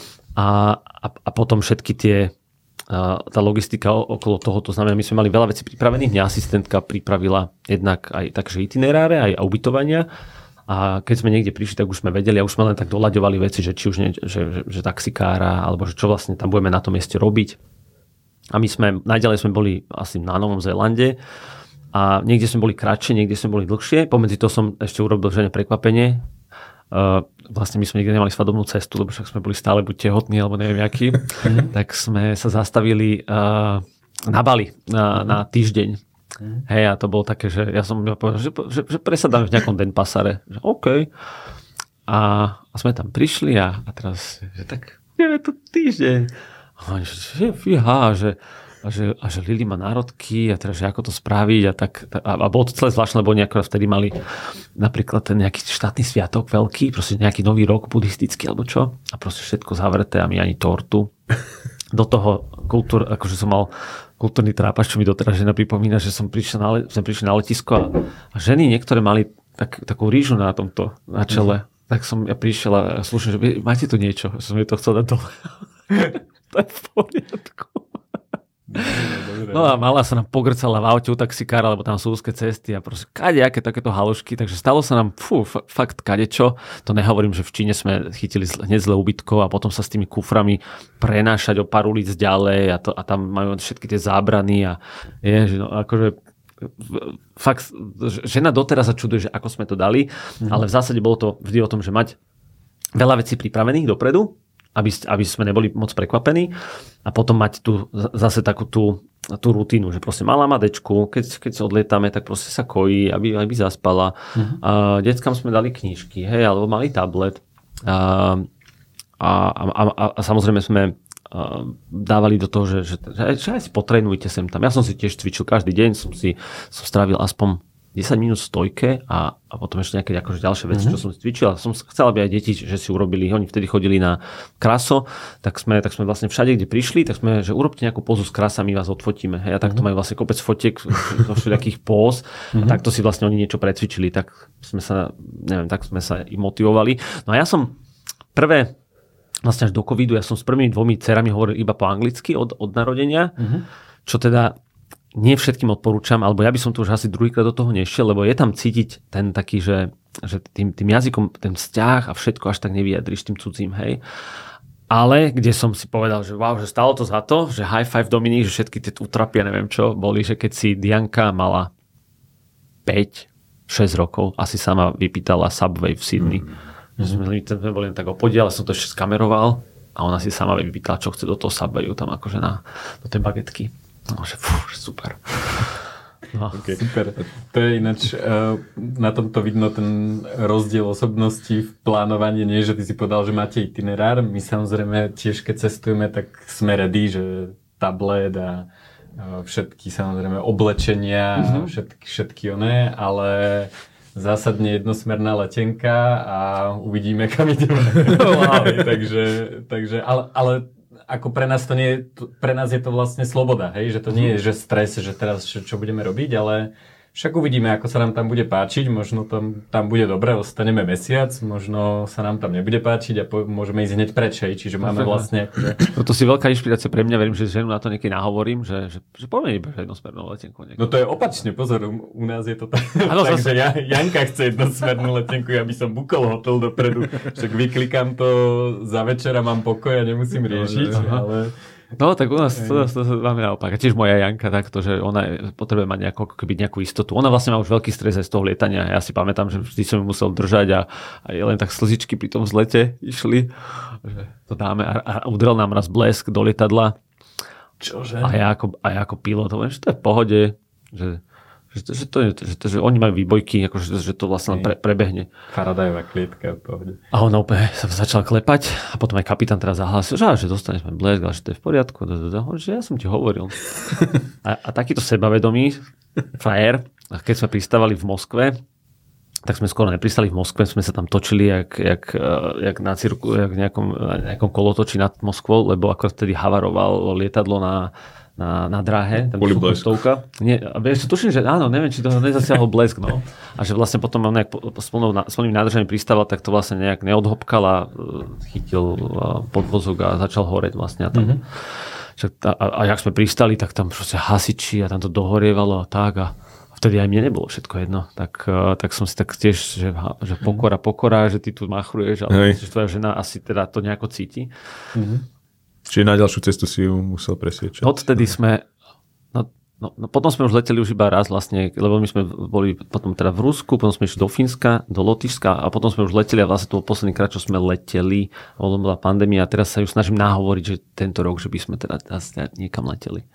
A, a, a potom všetky tie uh, tá logistika okolo toho, to znamená, my sme mali veľa vecí pripravených, mňa asistentka pripravila jednak aj takže itineráre, aj ubytovania. A keď sme niekde prišli, tak už sme vedeli a už sme len tak doľaďovali veci, že či už nie, že, že, že taxikára, alebo že čo vlastne tam budeme na tom mieste robiť. A my sme, najďalej sme boli asi na Novom Zélande a niekde sme boli kratšie, niekde sme boli dlhšie. Pomedzi to som ešte urobil žene prekvapenie. Uh, vlastne my sme nikdy nemali svadobnú cestu, lebo však sme boli stále buď tehotní, alebo neviem aký. Tak sme sa zastavili uh, na Bali na, na týždeň. Mm. Hej, a to bolo také, že ja som povedal, že, že, že presadáme v nejakom Denpasare. Že OK. A, a sme tam prišli a, a teraz, že tak, ideme tu týždeň. A oni, že, že fíha, že, a že, a že Lili má národky a teraz, že ako to spraviť a tak. A, a bolo to celé zvláštne, lebo oni akorát vtedy mali napríklad ten nejaký štátny sviatok veľký, proste nejaký nový rok buddhistický alebo čo. A proste všetko zavreté a my ani tortu. Do toho kultúr, akože som mal kultúrny trápač, čo mi doteraz žena pripomína, že som prišiel na, le- sme prišli na letisko a, a ženy niektoré mali tak, takú rýžu na tomto, na čele. Mm. Tak som ja prišiel a slušne, že máte tu niečo? Som mi to chcel dať dole. To je v poriadku. No a mala sa nám pogrcala v aute u taxikára, lebo tam sú úzke cesty a proste kadejaké takéto halušky, takže stalo sa nám fú, f- fakt kadečo. To nehovorím, že v Číne sme chytili hneď zle ubytko a potom sa s tými kuframi prenášať o pár ulic ďalej a, to, a tam majú všetky tie zábrany a je, že no, akože fakt, žena doteraz sa čuduje, že ako sme to dali, mm. ale v zásade bolo to vždy o tom, že mať veľa vecí pripravených dopredu, aby, aby sme neboli moc prekvapení a potom mať tu zase takú tú, tú rutínu, že proste malá má dečku, keď, keď sa odlietame, tak proste sa kojí, aby, aby zaspala. Uh-huh. A deckám sme dali knižky, hej, alebo mali tablet. A, a, a, a, a samozrejme sme dávali do toho, že, že, že, že aj si potrénujte sem tam. Ja som si tiež cvičil každý deň, som si som strávil aspoň desať minút v stojke a, a potom ešte nejaké akože ďalšie veci, mm-hmm. čo som si cvičil. A som chcel, aby aj deti, že si urobili, oni vtedy chodili na kraso, tak sme, tak sme vlastne všade, kde prišli, tak sme, že urobte nejakú pózu s krasami, vás odfotíme. Hej, a takto mm-hmm. majú vlastne kopec fotiek zo všetkých póz mm-hmm. a takto si vlastne oni niečo precvičili. Tak sme sa, neviem, tak sme sa i motivovali. No a ja som prvé, vlastne až do covidu, ja som s prvými dvomi dcerami hovoril iba po anglicky od, od narodenia, mm-hmm. čo teda nie všetkým odporúčam, alebo ja by som tu už asi druhýkrát do toho nešiel, lebo je tam cítiť ten taký, že, že tým, tým jazykom ten vzťah a všetko až tak nevyjadriš tým cudzím, hej. Ale kde som si povedal, že wow, že stalo to za to, že high five Dominik, že všetky tie utrapia, neviem čo, boli, že keď si Dianka mala päť šesť rokov, asi sama vypýtala Subway v Sydney. Mm-hmm. Sme, sme boli len tak opodiaľ, som to ešte skameroval a ona si sama vypýtala, čo chce do toho Subwayu, tam akože na, do tej bagetky. No, že fú, super. No. Okay. Super. To je ináč, uh, na tomto vidno ten rozdiel osobností v plánovaní, nie, že ty si povedal, že máte itinerár. My samozrejme tiež, keď cestujeme, tak sme ready, že tablet a uh, všetky samozrejme oblečenia, mm-hmm. všetky, všetky oné, ale zásadne jednosmerná letenka a uvidíme, kam ideme. Wow. takže, takže, ale, ale ako pre nás to nie, pre nás je to vlastne sloboda, hej, že to nie je, že stres, že teraz čo, čo budeme robiť, ale však uvidíme, ako sa nám tam bude páčiť, možno tam, tam bude dobre, ostaneme mesiac, možno sa nám tam nebude páčiť a po, môžeme ísť hneď preč, čiže máme vlastne... No to si veľká inšpirácia pre mňa, verím, že ženu na to niekedy nahovorím, že, že, že poďme iba jednosmernú letenku. Niekedy. No to je opačne, pozor, u, u nás je to tak, ano, tak zase... že ja, Janka chce jednosmernú letenku, ja by som bukol hotel dopredu, však vyklikám to za večera, mám pokoj a nemusím riešiť, ale... No, tak u nás to, to, to máme naopak. A tiež moja Janka takto, že ona potrebuje mať nejakú, keby nejakú istotu. Ona vlastne má už veľký stres aj z toho lietania. Ja si pamätám, že vždy som ju musel držať a, a len tak slzičky pri tom vzlete išli. Že to dáme a, a udrel nám raz blesk do lietadla. Čože? A ja ako, a ja ako pilot, hovorím, že to je v pohode, že Že, že, to je, že, to, že oni majú výbojky, akože, že to vlastne pre, prebehne. Faradajová klietka v pohode. A on úplne sa začal klepať a potom aj kapitán teraz zahlásil, že, že dostaneš môj blesk, ale že to je v poriadku. Že ja som ti hovoril. A, a takýto sebavedomý frajer, keď sme pristávali v Moskve, tak sme skoro nepristali v Moskve, sme sa tam točili jak, jak, jak na cirku, jak nejakom, nejakom kolotoči nad Moskvou, lebo ako vtedy havarovalo lietadlo na na, na dráhe, tam boli blesk. Nie, vieš, tuším, že áno, neviem, či to nezasiahol blesk, no. A že vlastne potom on nejak po, po, s plným nádržaním pristával, tak to vlastne nejak neodhopkal a chytil podvozok a začal horeť vlastne. A, tam, mm-hmm. a, a, a jak sme pristali, tak tam proste hasiči a tam to dohorievalo a tak a vtedy aj mne nebolo všetko jedno. Tak, tak som si tak tiež, že, že pokora, pokora, že ty tu machruješ, ale že tvoja žena asi teda to nejako cíti. Mm-hmm. Čiže na ďalšiu cestu si ju musel presviečať. Odtedy sme, no, no, no potom sme už leteli už iba raz vlastne, lebo my sme boli potom teda v Rusku, potom sme išli do Fínska, do Lotyšska a potom sme už leteli a vlastne to posledný krát, čo sme leteli, bola pandémia a teraz sa ju snažím nahovoriť, že tento rok, že by sme teda niekam leteli.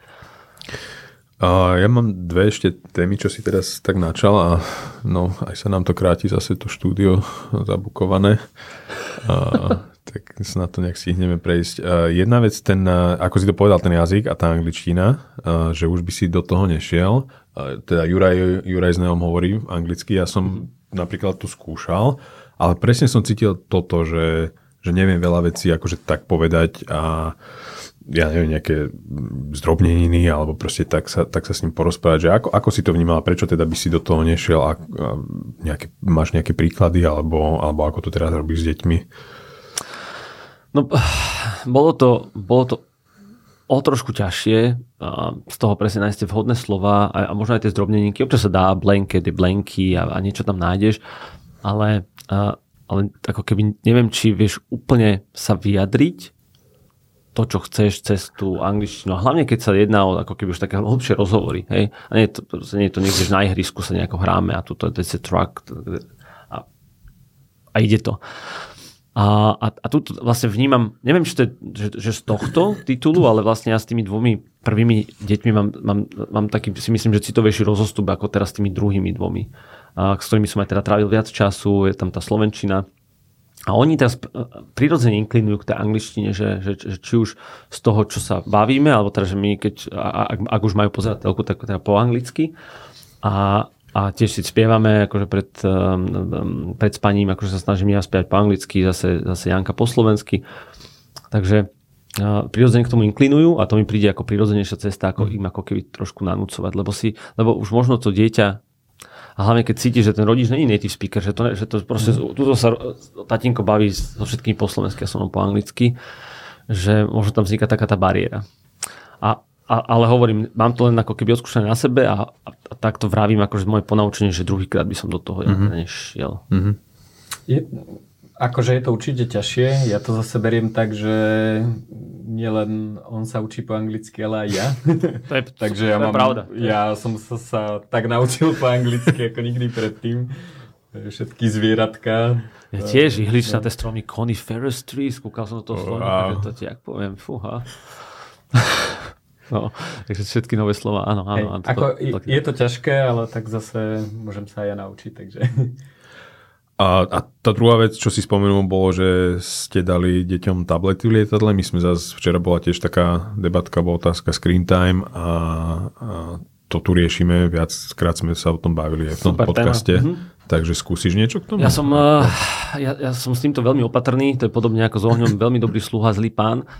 A ja mám dve ešte témy, čo si teraz tak načal a no, aj sa nám to kráti zase to štúdio zabukované. A tak sa na to nejak stihneme prejsť. Uh, jedna vec, ten, uh, ako si to povedal, ten jazyk a tá angličtina, uh, že už by si do toho nešiel. Uh, teda Juraj, Juraj s Neom hovorí anglicky, ja som mm-hmm. napríklad to skúšal, ale presne som cítil toto, že, že neviem veľa vecí akože tak povedať a ja neviem, nejaké zdrobneniny alebo proste tak sa, tak sa s ním porozprávať, že ako, ako si to vnímal, prečo teda by si do toho nešiel a, a nejaké, máš nejaké príklady alebo, alebo ako to teraz robíš s deťmi? No, bolo to, bolo to o trošku ťažšie, z toho presne nájsť tie vhodné slova a, a možno aj tie zdrobneníky. Občas sa dá blanket, blanky a, a niečo tam nájdeš, ale, a, ale ako keby neviem, či vieš úplne sa vyjadriť to, čo chceš cez tú angličtinu. A hlavne, keď sa jedná o ako keby už také hlbšie rozhovory. Hej? A nie je to, nie je to niekde, že na ihrisku sa nejako hráme a tuto je truck a, a ide to. A, a, a tu vlastne vnímam, neviem, či to je, že, že z tohto titulu, ale vlastne ja s tými dvomi prvými deťmi mám, mám, mám taký, si myslím, že citovejší rozostup ako teraz s tými druhými dvomi, a, s ktorými som aj teda trávil viac času, je tam tá slovenčina. A oni teraz prirodzene inklinujú k tej angličtine, že, že, že či už z toho, čo sa bavíme, alebo teda, že my, keď, ak, ak už majú pozerať telku, tak teda po anglicky. A A tiež si spievame akože pred, um, pred spaním, akože sa snažím ja spievať po anglicky, zase, zase Janka po slovensky. Takže uh, prirodzene k tomu inklinujú a to mi príde ako prirodzenejšia cesta, ako im ako keby trošku nanúcovať, lebo si, lebo už možno to dieťa, a hlavne keď cíti, že ten rodič není native speaker, že to, že to proste, mm. tuto sa tatínko baví so všetkými po slovensky a so mnou po anglicky, že možno tam vzniká taká tá bariéra. A A, ale hovorím, mám to len ako keby odskúšané na sebe a, a, a tak to vravím akože moje ponaučenie, že druhýkrát by som do toho mm-hmm. nešiel. Mm-hmm. Je, akože je to určite ťažšie. Ja to zase beriem tak, že nielen on sa učí po anglicky, ale aj ja. To je, Takže to ja, je mám, pravda. ja som sa, sa tak naučil po anglicky ako nikdy predtým. Všetky zvieratka. Ja tiež ihličnaté stromy coniferous trees. Kúkal som do toho slova, wow. To ti jak poviem. Fúha. No, takže všetky nové slova, áno, áno. Hej, áno ako to, je to ťažké, ale tak zase môžem sa aj ja naučiť, takže... A, a tá druhá vec, čo si spomenul, bolo, že ste dali deťom tablety v lietadle. My sme zase, včera bola tiež taká debatka, bola otázka screen time a, a to tu riešime. Viackrát sme sa o tom bavili aj v tom Super podcaste. Mm-hmm. Takže skúsiš niečo k tomu? Ja som, uh, ja, ja som s týmto veľmi opatrný. To je podobne ako s ohňom veľmi dobrý sluha, zlý pán.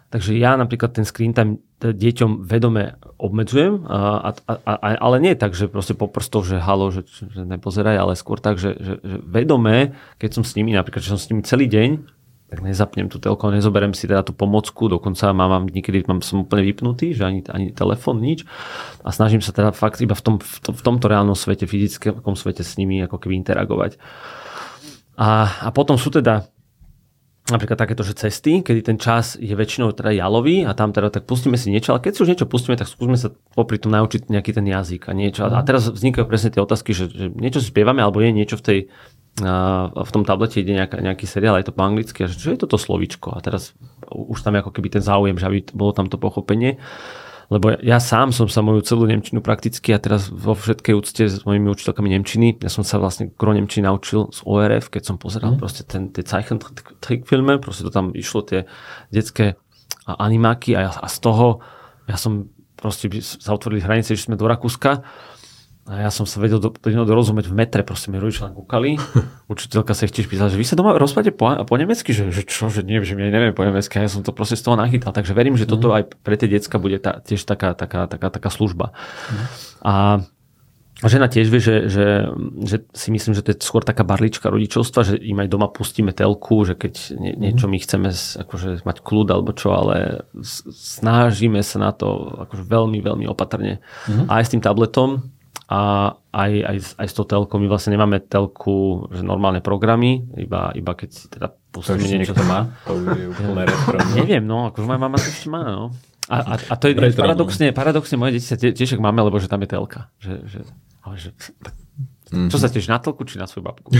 Takže ja napríklad ten screen time deťom vedome obmedzujem, a, a, a, ale nie tak, že proste po prstov, že halo, že, že nepozeraj, ale skôr tak, že, že, že vedome, keď som s nimi, napríklad, že som s nimi celý deň, tak nezapnem tú telku, nezoberiem si teda tú pomocku, dokonca mám, mám niekedy mám, som úplne vypnutý, že ani, ani telefón, nič. A snažím sa teda fakt iba v, tom, v, tom, v tomto reálnom svete, fyzickom svete s nimi ako keby interagovať. A, a potom sú teda napríklad takéto, že cesty, kedy ten čas je väčšinou teda jalový a tam teda tak pustíme si niečo, ale keď si už niečo pustíme, tak skúsme sa popri tom naučiť nejaký ten jazyk a niečo. A teraz vznikajú presne tie otázky, že, že niečo si spievame alebo je niečo v tej a v tom tablete ide nejaká, nejaký seriál, je to po anglicky a že čo je toto slovíčko? A teraz už tam je ako keby ten záujem, že aby bolo tam to pochopenie. Lebo ja sám som sa moju celú nemčinu prakticky a teraz vo všetkej úcte s mojimi učiteľkami nemčiny, ja som sa vlastne gro nemčiny naučil z ó er ef, keď som pozeral mm. proste ten, tie Zeichentrickfilme, proste to tam išlo tie detské animáky a, ja, a z toho ja som proste sa otvorili hranice, že sme do Rakúska a ja som sa vedel do, do, dorozumieť v metre, proste mi rodičia len kúkali. Učiteľka sa ich tiež pýtala, že vy sa doma rozprávate po, po nemecky, že, že čo, že nie, že ja neviem po nemecky, ja som to proste z toho nachytal, takže verím, že mm. toto aj pre tie decka bude tá, tiež taká, taká, taká, taká služba. Mm. A žena tiež vie, že, že, že si myslím, že to je skôr taká barlička rodičovstva, že im aj doma pustíme telku, že keď nie, niečo my chceme akože mať kľud alebo čo, ale snažíme sa na to akože veľmi, veľmi opatrne. Mm. A aj s tým tabletom a aj, aj, aj s tou telkou. My vlastne nemáme telku, že normálne programy, iba, iba keď si teda pustíme to niečo. To má? To už je úplne retro. Neviem, no, akože moja mama to ešte má, no. A, a, a to je retro, paradoxne, paradoxne, moje deti sa tiež máme, lebo že tam je telka. Že, že, ale že, tak, mm-hmm. Čo sa tiež na telku, či na svoju babku?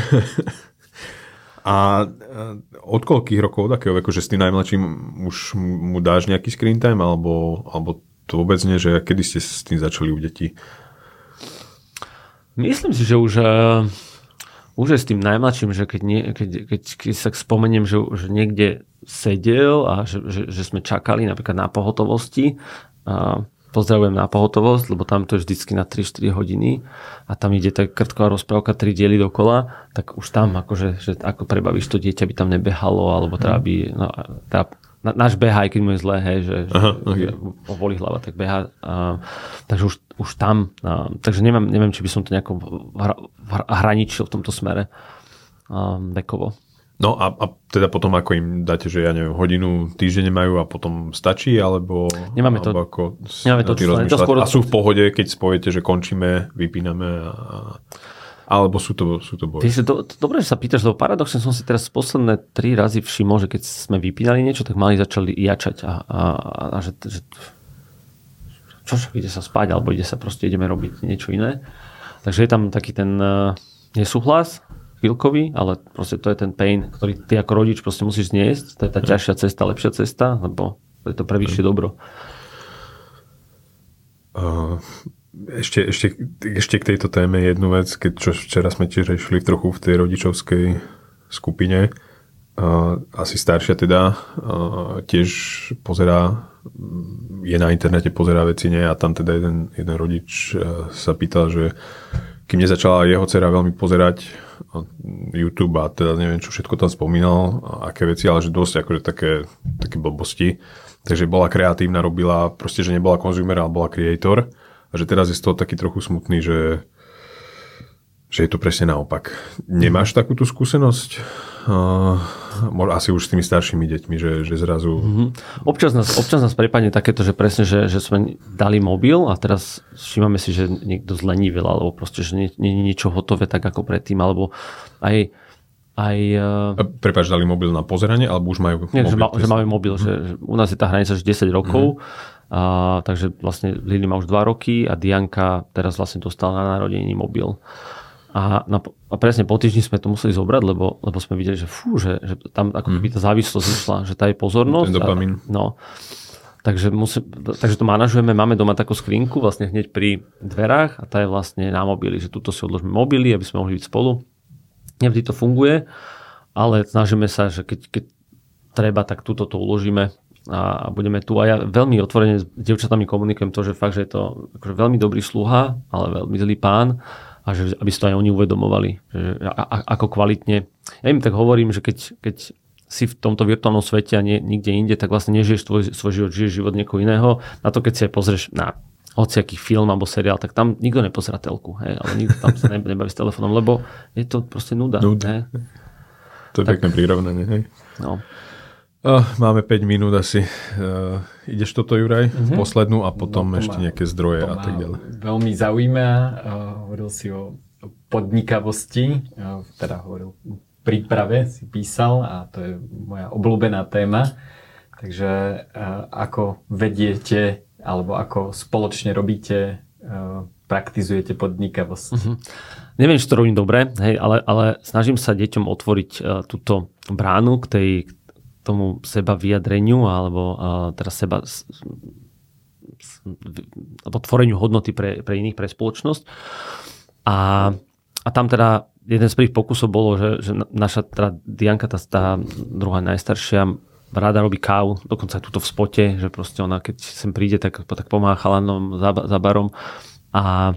A od koľkých rokov, od akého veku, že s tým najmladším už mu dáš nejaký screen time, alebo, alebo to vôbec nie, že kedy ste s tým začali u detí? Myslím si, že už, uh, už je s tým najmladším, že keď, nie, keď, keď, keď sa spomeniem, že, že niekde sedel a že, že, že sme čakali napríklad na pohotovosti. Uh, pozdravujem na pohotovosť, lebo tam to je vždycky na tri štyri hodiny a tam ide tak krtková rozprávka, tri diely dokola, tak už tam akože, že ako prebavíš to dieťa, aby tam nebehalo, alebo teda by... No, teda, Na, náš beha, aj keď mu je zlé, hej, že, Aha, okay. že bolí hlava, tak beha. A, takže už, už tam. A, takže neviem, neviem, či by som to nejako hra, hraničil v tomto smere a, vekovo. No a, a teda potom ako im dáte, že ja neviem, hodinu, týždeň majú a potom stačí, alebo... Nemáme to. Alebo ako nemáme to, to skôr... A sú v pohode, keď spojete, že končíme, vypíname a... Alebo sú to, sú to boje? Víš, do, dobre, že sa pýtaš, lebo paradoxne som si teraz posledné tri razy všimol, že keď sme vypínali niečo, tak mali začali jačať a, a, a že, že čo, ide sa spať, alebo ide sa proste, ideme robiť niečo iné. Takže je tam taký ten uh, nesúhlas chvíľkový, ale proste to je ten pain, ktorý ty ako rodič proste musíš zniesť. To je tá ťažšia cesta, lepšia cesta, lebo to je to pre vyššie dobro. Uh... Ešte, ešte, ešte k tejto téme jednu vec, keď čo včera sme tiež riešili trochu v tej rodičovskej skupine. Uh, asi staršia teda uh, tiež pozerá, je na internete, pozerá veci, nie? A tam teda jeden, jeden rodič uh, sa pýtal, že kým nezačala jeho dcera veľmi pozerať YouTube a teda neviem, čo všetko tam spomínal, aké veci, ale že dosť akože také, také blbosti. Takže bola kreatívna, robila, proste, že nebola konzumer, ale bola creator. A že teraz je z toho taký trochu smutný, že, že je to presne naopak. Nemáš takúto skúsenosť? Uh, asi už s tými staršími deťmi, že, že zrazu... Mm-hmm. Občas nás, občas nás prepadne takéto, že presne, že, že sme dali mobil a teraz všímame si, že niekto zlenivil, alebo proste, že nie, nie je niečo hotové tak ako predtým, alebo aj... aj uh... Prepáč, dali mobil na pozeranie, alebo už majú nie, mobil? Že, ma, že máme mobil, mm-hmm. že, že u nás je tá hranica že desať rokov, mm-hmm. A, takže vlastne Lili má už dva roky a Dianka teraz vlastne dostala na narodeniny mobil. A, na, a presne po týždni sme to museli zobrať, lebo, lebo sme videli, že fú, že, že tam ako keby tá závislosť išla, že tá je pozornosť. Ten dopamín. A, no. Takže, musí, takže to manažujeme, máme doma takú skrinku vlastne hneď pri dverách a tá je vlastne na mobily, že tuto si odložíme mobily, aby sme mohli byť spolu. Nevždy to funguje, ale snažíme sa, že keď, keď treba, tak túto to uložíme a budeme tu. A ja veľmi otvorene s dievčatami komunikujem to, že fakt, že je to akože veľmi dobrý sluha, ale veľmi zlý pán a že aby si to aj oni uvedomovali, že a, a, ako kvalitne. Ja im tak hovorím, že keď, keď si v tomto virtuálnom svete a nie, nikde inde, tak vlastne nežiješ tvoj, svoj život, žiješ život niekoho iného. Na to, keď si aj pozrieš na hociaký film alebo seriál, tak tam nikto nepozerá telku, hej, ale nikto tam sa nebaví s telefónom, lebo je to proste nuda. Nuda. Hej. To je tak pekné prirovnanie, hej. No. Oh, máme päť minút asi. Uh, ideš toto, Juraj? Mm-hmm. Poslednú a potom no, ešte má, nejaké zdroje a tak ďalej. Veľmi zaujíma. Uh, hovoril si o podnikavosti, uh, teda hovoril príprave si písal a to je moja obľúbená téma. Takže uh, ako vediete alebo ako spoločne robíte, uh, praktizujete podnikavosť? Uh-huh. Neviem, či to robím dobre, hej, ale, ale snažím sa deťom otvoriť uh, túto bránu k tej, k tomu seba vyjadreniu alebo uh, teda seba s, s, alebo tvoreniu hodnoty pre, pre iných, pre spoločnosť. A, a tam teda jeden z prvých pokusov bolo, že, že naša teda Dianka, tá, tá druhá najstaršia, rada robí kávu, dokonca aj tuto v spote, že proste ona, keď sem príde, tak, tak pomáha chalanom za, za barom. A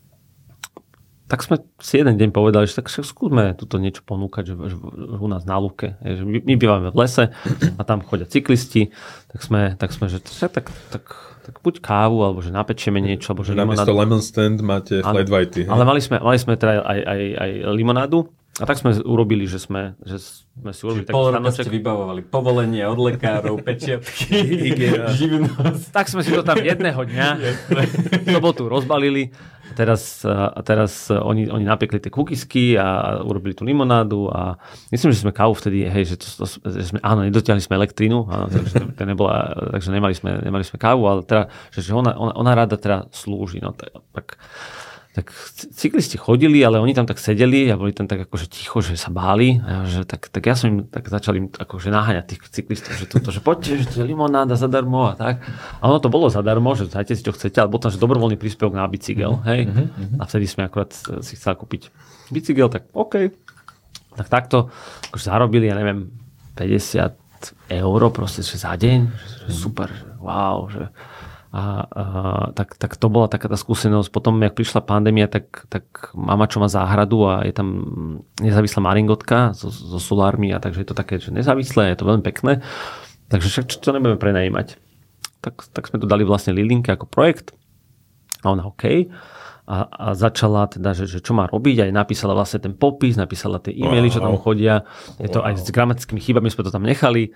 tak sme si jeden deň povedali, že tak skúsme tuto niečo ponúkať, že, že u nás na lúke. Že my, my bývame v lese a tam chodia cyklisti, tak sme, tak sme že tak, tak, tak buď kávu, alebo že napečieme niečo, alebo že limonádu. Namiesto lemon stand máte flat whitey. Ale mali sme, mali sme teda aj, aj, aj limonádu. A tak sme urobili, že sme, že sme si urobili taký stanoček. Pol roka ste vybavovali povolenie od lekárov, pečiatky, živnosť. Tak sme si to tam jedného dňa v sobotu rozbalili. A teraz, a teraz oni, oni napiekli tie kukisky a urobili tú limonádu a myslím, že sme kávu vtedy, hej, že, to, to, že sme, áno, nedotiahli sme elektrínu, áno, takže, to nebola, takže nemali sme, nemali sme kávu, ale teda, že, že ona, ona, ona rada teda slúži. No, tak, tak tak cyklisti chodili, ale oni tam tak sedeli a boli tam tak akože ticho, že sa báli. A že tak, tak ja som im tak začal im akože naháňať tých cyklistov, že toto, že poďte, že to je limonáda zadarmo a tak. A ono to bolo zadarmo, že dajte si čo chcete, ale bol tam, že dobrovoľný príspevok na bicykel, hej. Mm-hmm. A vtedy sme akurát si chceli kúpiť bicykel, tak OK. Tak takto akože zarobili, ja neviem, päťdesiat eur proste, že za deň, že super, že wow, že A, a tak, tak to bola taká tá skúsenosť. Potom, jak prišla pandémia, tak, tak mama, čo má záhradu a je tam nezávislá maringotka so, so solármi a takže je to také, že nezávislé, je to veľmi pekné. Takže však čo, čo nebudeme prenajímať. Tak, tak sme to dali vlastne Lilinke ako projekt a ona OK. A, a začala teda, že, že čo má robiť, aj napísala vlastne ten popis, napísala tie e-maily, wow. čo tam chodia. Je to wow. aj s gramatickými chybami sme to tam nechali.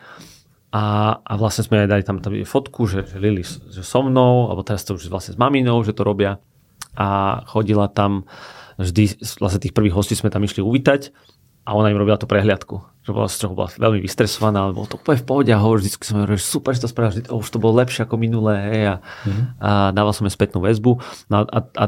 A, a vlastne sme aj dali tam, tam fotku, že, že Lili že so mnou, alebo teraz to už vlastne s maminou, že to robia. A chodila tam vždy, vlastne tých prvých hostí sme tam išli uvítať a ona im robila tú prehliadku. Že bola, z čoho bola veľmi vystresovaná, ale bolo to úplne v pohode a hovor, vždy som hovoril, že super, že to spravila, že už to bolo lepšie ako minulé. Hej, a, mm-hmm. a dával som jej spätnú väzbu. No, a, a, a,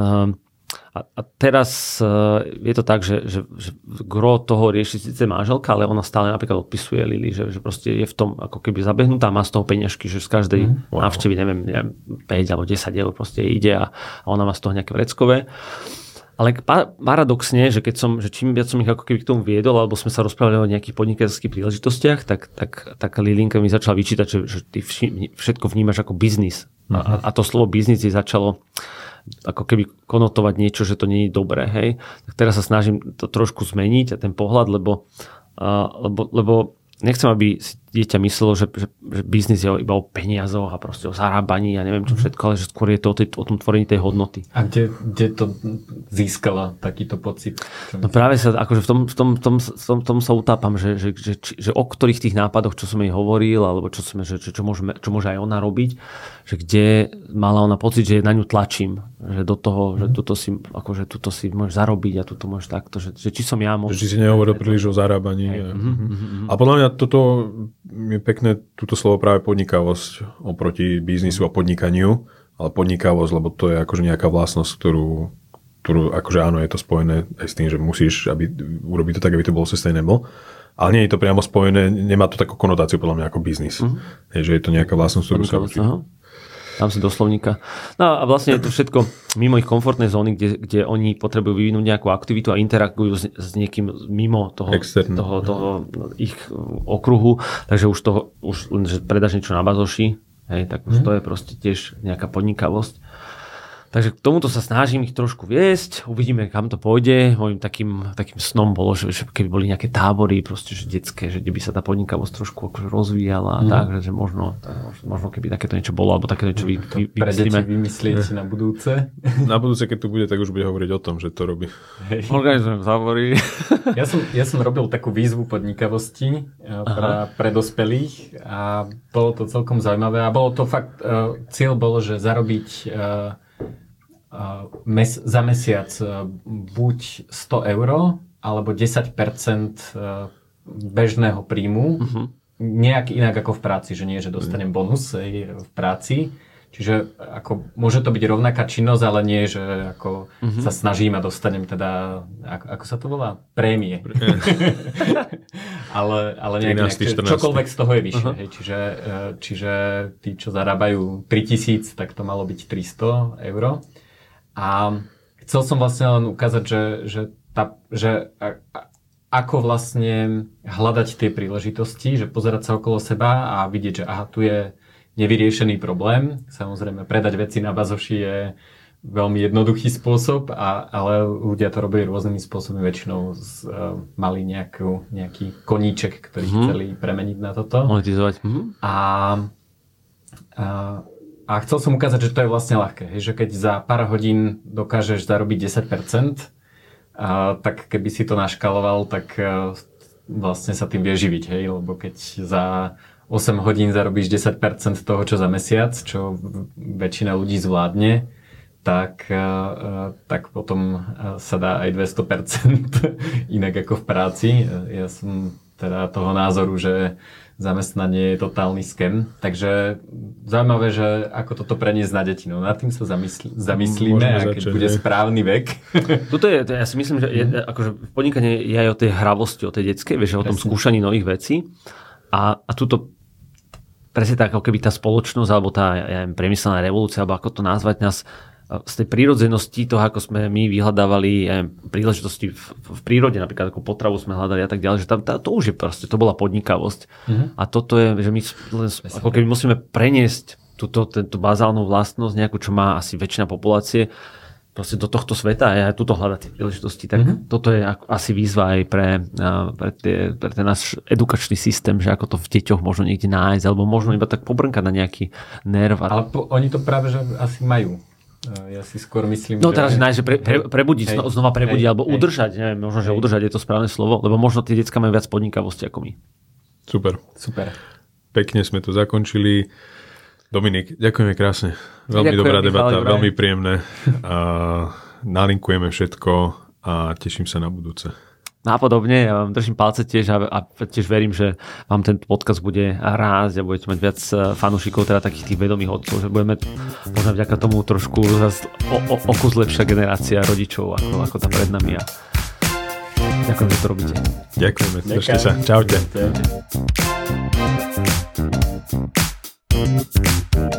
A, a teraz uh, je to tak, že, že, že gro toho rieši síce manželka, ale ona stále napríklad odpisuje Lili, že, že proste je v tom ako keby zabehnutá, má z toho peňažky, že z každej mm, wow. návštevy, neviem, neviem, päť alebo desať eur proste ide a, a ona má z toho nejaké vreckové. Ale paradoxne, že keď som, že čím viac som ich ako keby k tomu viedol, alebo sme sa rozprávali o nejakých podnikateľských príležitostiach, tak, tak, tak Lilinka mi začala vyčítať, že, že ty všetko vnímaš ako biznis. Mm-hmm. A, a to slovo biznis je začalo ako keby konotovať niečo, že to nie je dobré, hej. Tak teraz sa snažím to trošku zmeniť a ten pohľad, lebo, uh, lebo, lebo nechcem, aby si dieťa myslelo, že, že, že biznis je iba o peniazoch a proste o zarábaní a neviem čo všetko, ale že skôr je to o, tej, o tom tvorení tej hodnoty. A kde, kde to získala takýto pocit? No práve sa, akože v tom, v tom, v tom, v tom, v tom sa utápam, že, že, že, že o ktorých tých nápadoch, čo som jej hovoril, alebo čo, som, že, čo, môžeme, čo môže aj ona robiť, že kde mala ona pocit, že na ňu tlačím, že do toho, mm. že tuto si, akože tuto si môžeš zarobiť a tuto môžeš takto, že, že či som ja môžem... Či si nehovoril príliš o zarábaní. A, mm-hmm. a podľa mňa toto je pekné, túto slovo práve podnikavosť oproti biznisu a podnikaniu, ale podnikavosť, lebo to je akože nejaká vlastnosť, ktorú, ktorú akože áno, je to spojené aj s tým, že musíš aby, urobiť to tak, aby to bolo sustainable. Ale nie je to priamo spojené, nemá to takú konotáciu podľa mňa ako biznis. Mm-hmm. Je, že je to nejaká vlastnosť, ktorú sa učí. Tam si do slovníka. No a vlastne je to všetko mimo ich komfortnej zóny, kde, kde oni potrebujú vyvinúť nejakú aktivitu a interakujú s, s niekým mimo toho, toho, toho ich okruhu. Takže už toho, už len, že predáš niečo na bazoši, hej, tak už mm. to je proste tiež nejaká podnikavosť. Takže k tomuto sa snažím ich trošku viesť, uvidíme, kam to pôjde. Mojím takým, takým snom bolo, že, že keby boli nejaké tábory, proste, že detské, že kde by sa tá podnikavosť trošku akože rozvíjala a mm. tak, že, že možno, možno keby takéto niečo bolo, alebo takéto niečo vy, vy, pre deti vymyslieť na budúce. Na budúce, keď tu bude, tak už bude hovoriť o tom, že to robí. Hej. Organizujem tábory. Ja som, ja som robil takú výzvu podnikavosti pre, pre dospelých a bolo to celkom zaujímavé a bolo to fakt, uh, cieľ bolo, že zarobiť uh, Mes, za mesiac buď sto eur alebo desať percent bežného príjmu, uh-huh. nejak inak ako v práci, že nie, že dostanem bonus v práci. Čiže ako, môže to byť rovnaká činnosť, ale nie, že ako uh-huh. sa snažím a dostanem teda, ako, ako sa to volá? Prémie. ale ale nejak, nejak čokoľvek z toho je vyššie. Uh-huh. Hej, čiže, čiže tí, čo zarábajú tritisíc, tak to malo byť tristo eur. A chcel som vlastne len ukázať, že, že, tá, že a, a, ako vlastne hľadať tie príležitosti, že pozerať sa okolo seba a vidieť, že aha, tu je nevyriešený problém. Samozrejme, predať veci na bazoši je veľmi jednoduchý spôsob, a, ale ľudia to robili rôznymi spôsobmi. Väčšinou z, uh, mali nejakú, nejaký koníček, ktorý mm-hmm. chceli premeniť na toto. Monetizovať. Mm-hmm. A... a A chcel som ukázať, že to je vlastne ľahké. Že keď za pár hodín dokážeš zarobiť desať percent, a, tak keby si to naškaloval, tak a, vlastne sa tým vie živiť. Hej? Lebo keď za osem hodín zarobíš desať percent toho, čo za mesiac, čo väčšina ľudí zvládne, tak, a, tak potom sa dá aj dvesto percent inak ako v práci. Ja som teda toho názoru, že zamestnanie je totálny scam. Takže zaujímavé, že ako toto preniesť na deti. No nad tým sa zamysl- zamyslíme, a keď začať, bude správny vek. Toto je, ja si myslím, že je, akože v podnikaní je aj o tej hravosti, o tej detskej, vieš, o tom skúšaní nových vecí. A, a tuto presne tak, ako keby tá spoločnosť, alebo tá ja neviem, priemyselná revolúcia, alebo ako to nazvať, nás z tej prírodzenosti toho, ako sme my vyhľadávali ja, príležitosti v, v prírode, napríklad ako potravu sme hľadali a tak ďalej, že tam, tá, to už je proste, to bola podnikavosť. Mm-hmm. A toto je, že my len, ako keby musíme preniesť túto, tento bazálnu vlastnosť, nejakú, čo má asi väčšina populácie, proste do tohto sveta a aj tuto hľadať tie príležitosti. Tak mm-hmm. toto je ako, asi výzva aj pre, pre, tie, pre ten náš edukačný systém, že ako to v deťoch možno niekde nájsť, alebo možno iba tak pobrnkať na nejaký nerv. Ale po, oni to práve že asi majú. Ja si skôr myslím, no, že... No teraz, že, že pre, pre, prebudiť, hej, znova prebudiť, hej, alebo hej, udržať, neviem, možno, že hej. udržať je to správne slovo, lebo možno tie decká majú viac podnikavosti ako my. Super. Super. Pekne sme to zakončili. Dominik, ďakujeme krásne. Veľmi ďakujem, dobrá debata, Michal, veľmi príjemné. A nalinkujeme všetko a teším sa na budúce. Nápodobne, ja vám držím palce tiež a, a tiež verím, že vám ten podcast bude rásť a budete mať viac fanúšikov, teda takých tých vedomých otcov, že budeme možno vďaka tomu trošku zase o, o, o kus lepšia generácia rodičov ako, ako tá pred nami. A ďakujem, že to robíte. Ďakujeme, držte sa. Čaute. Ďakujem.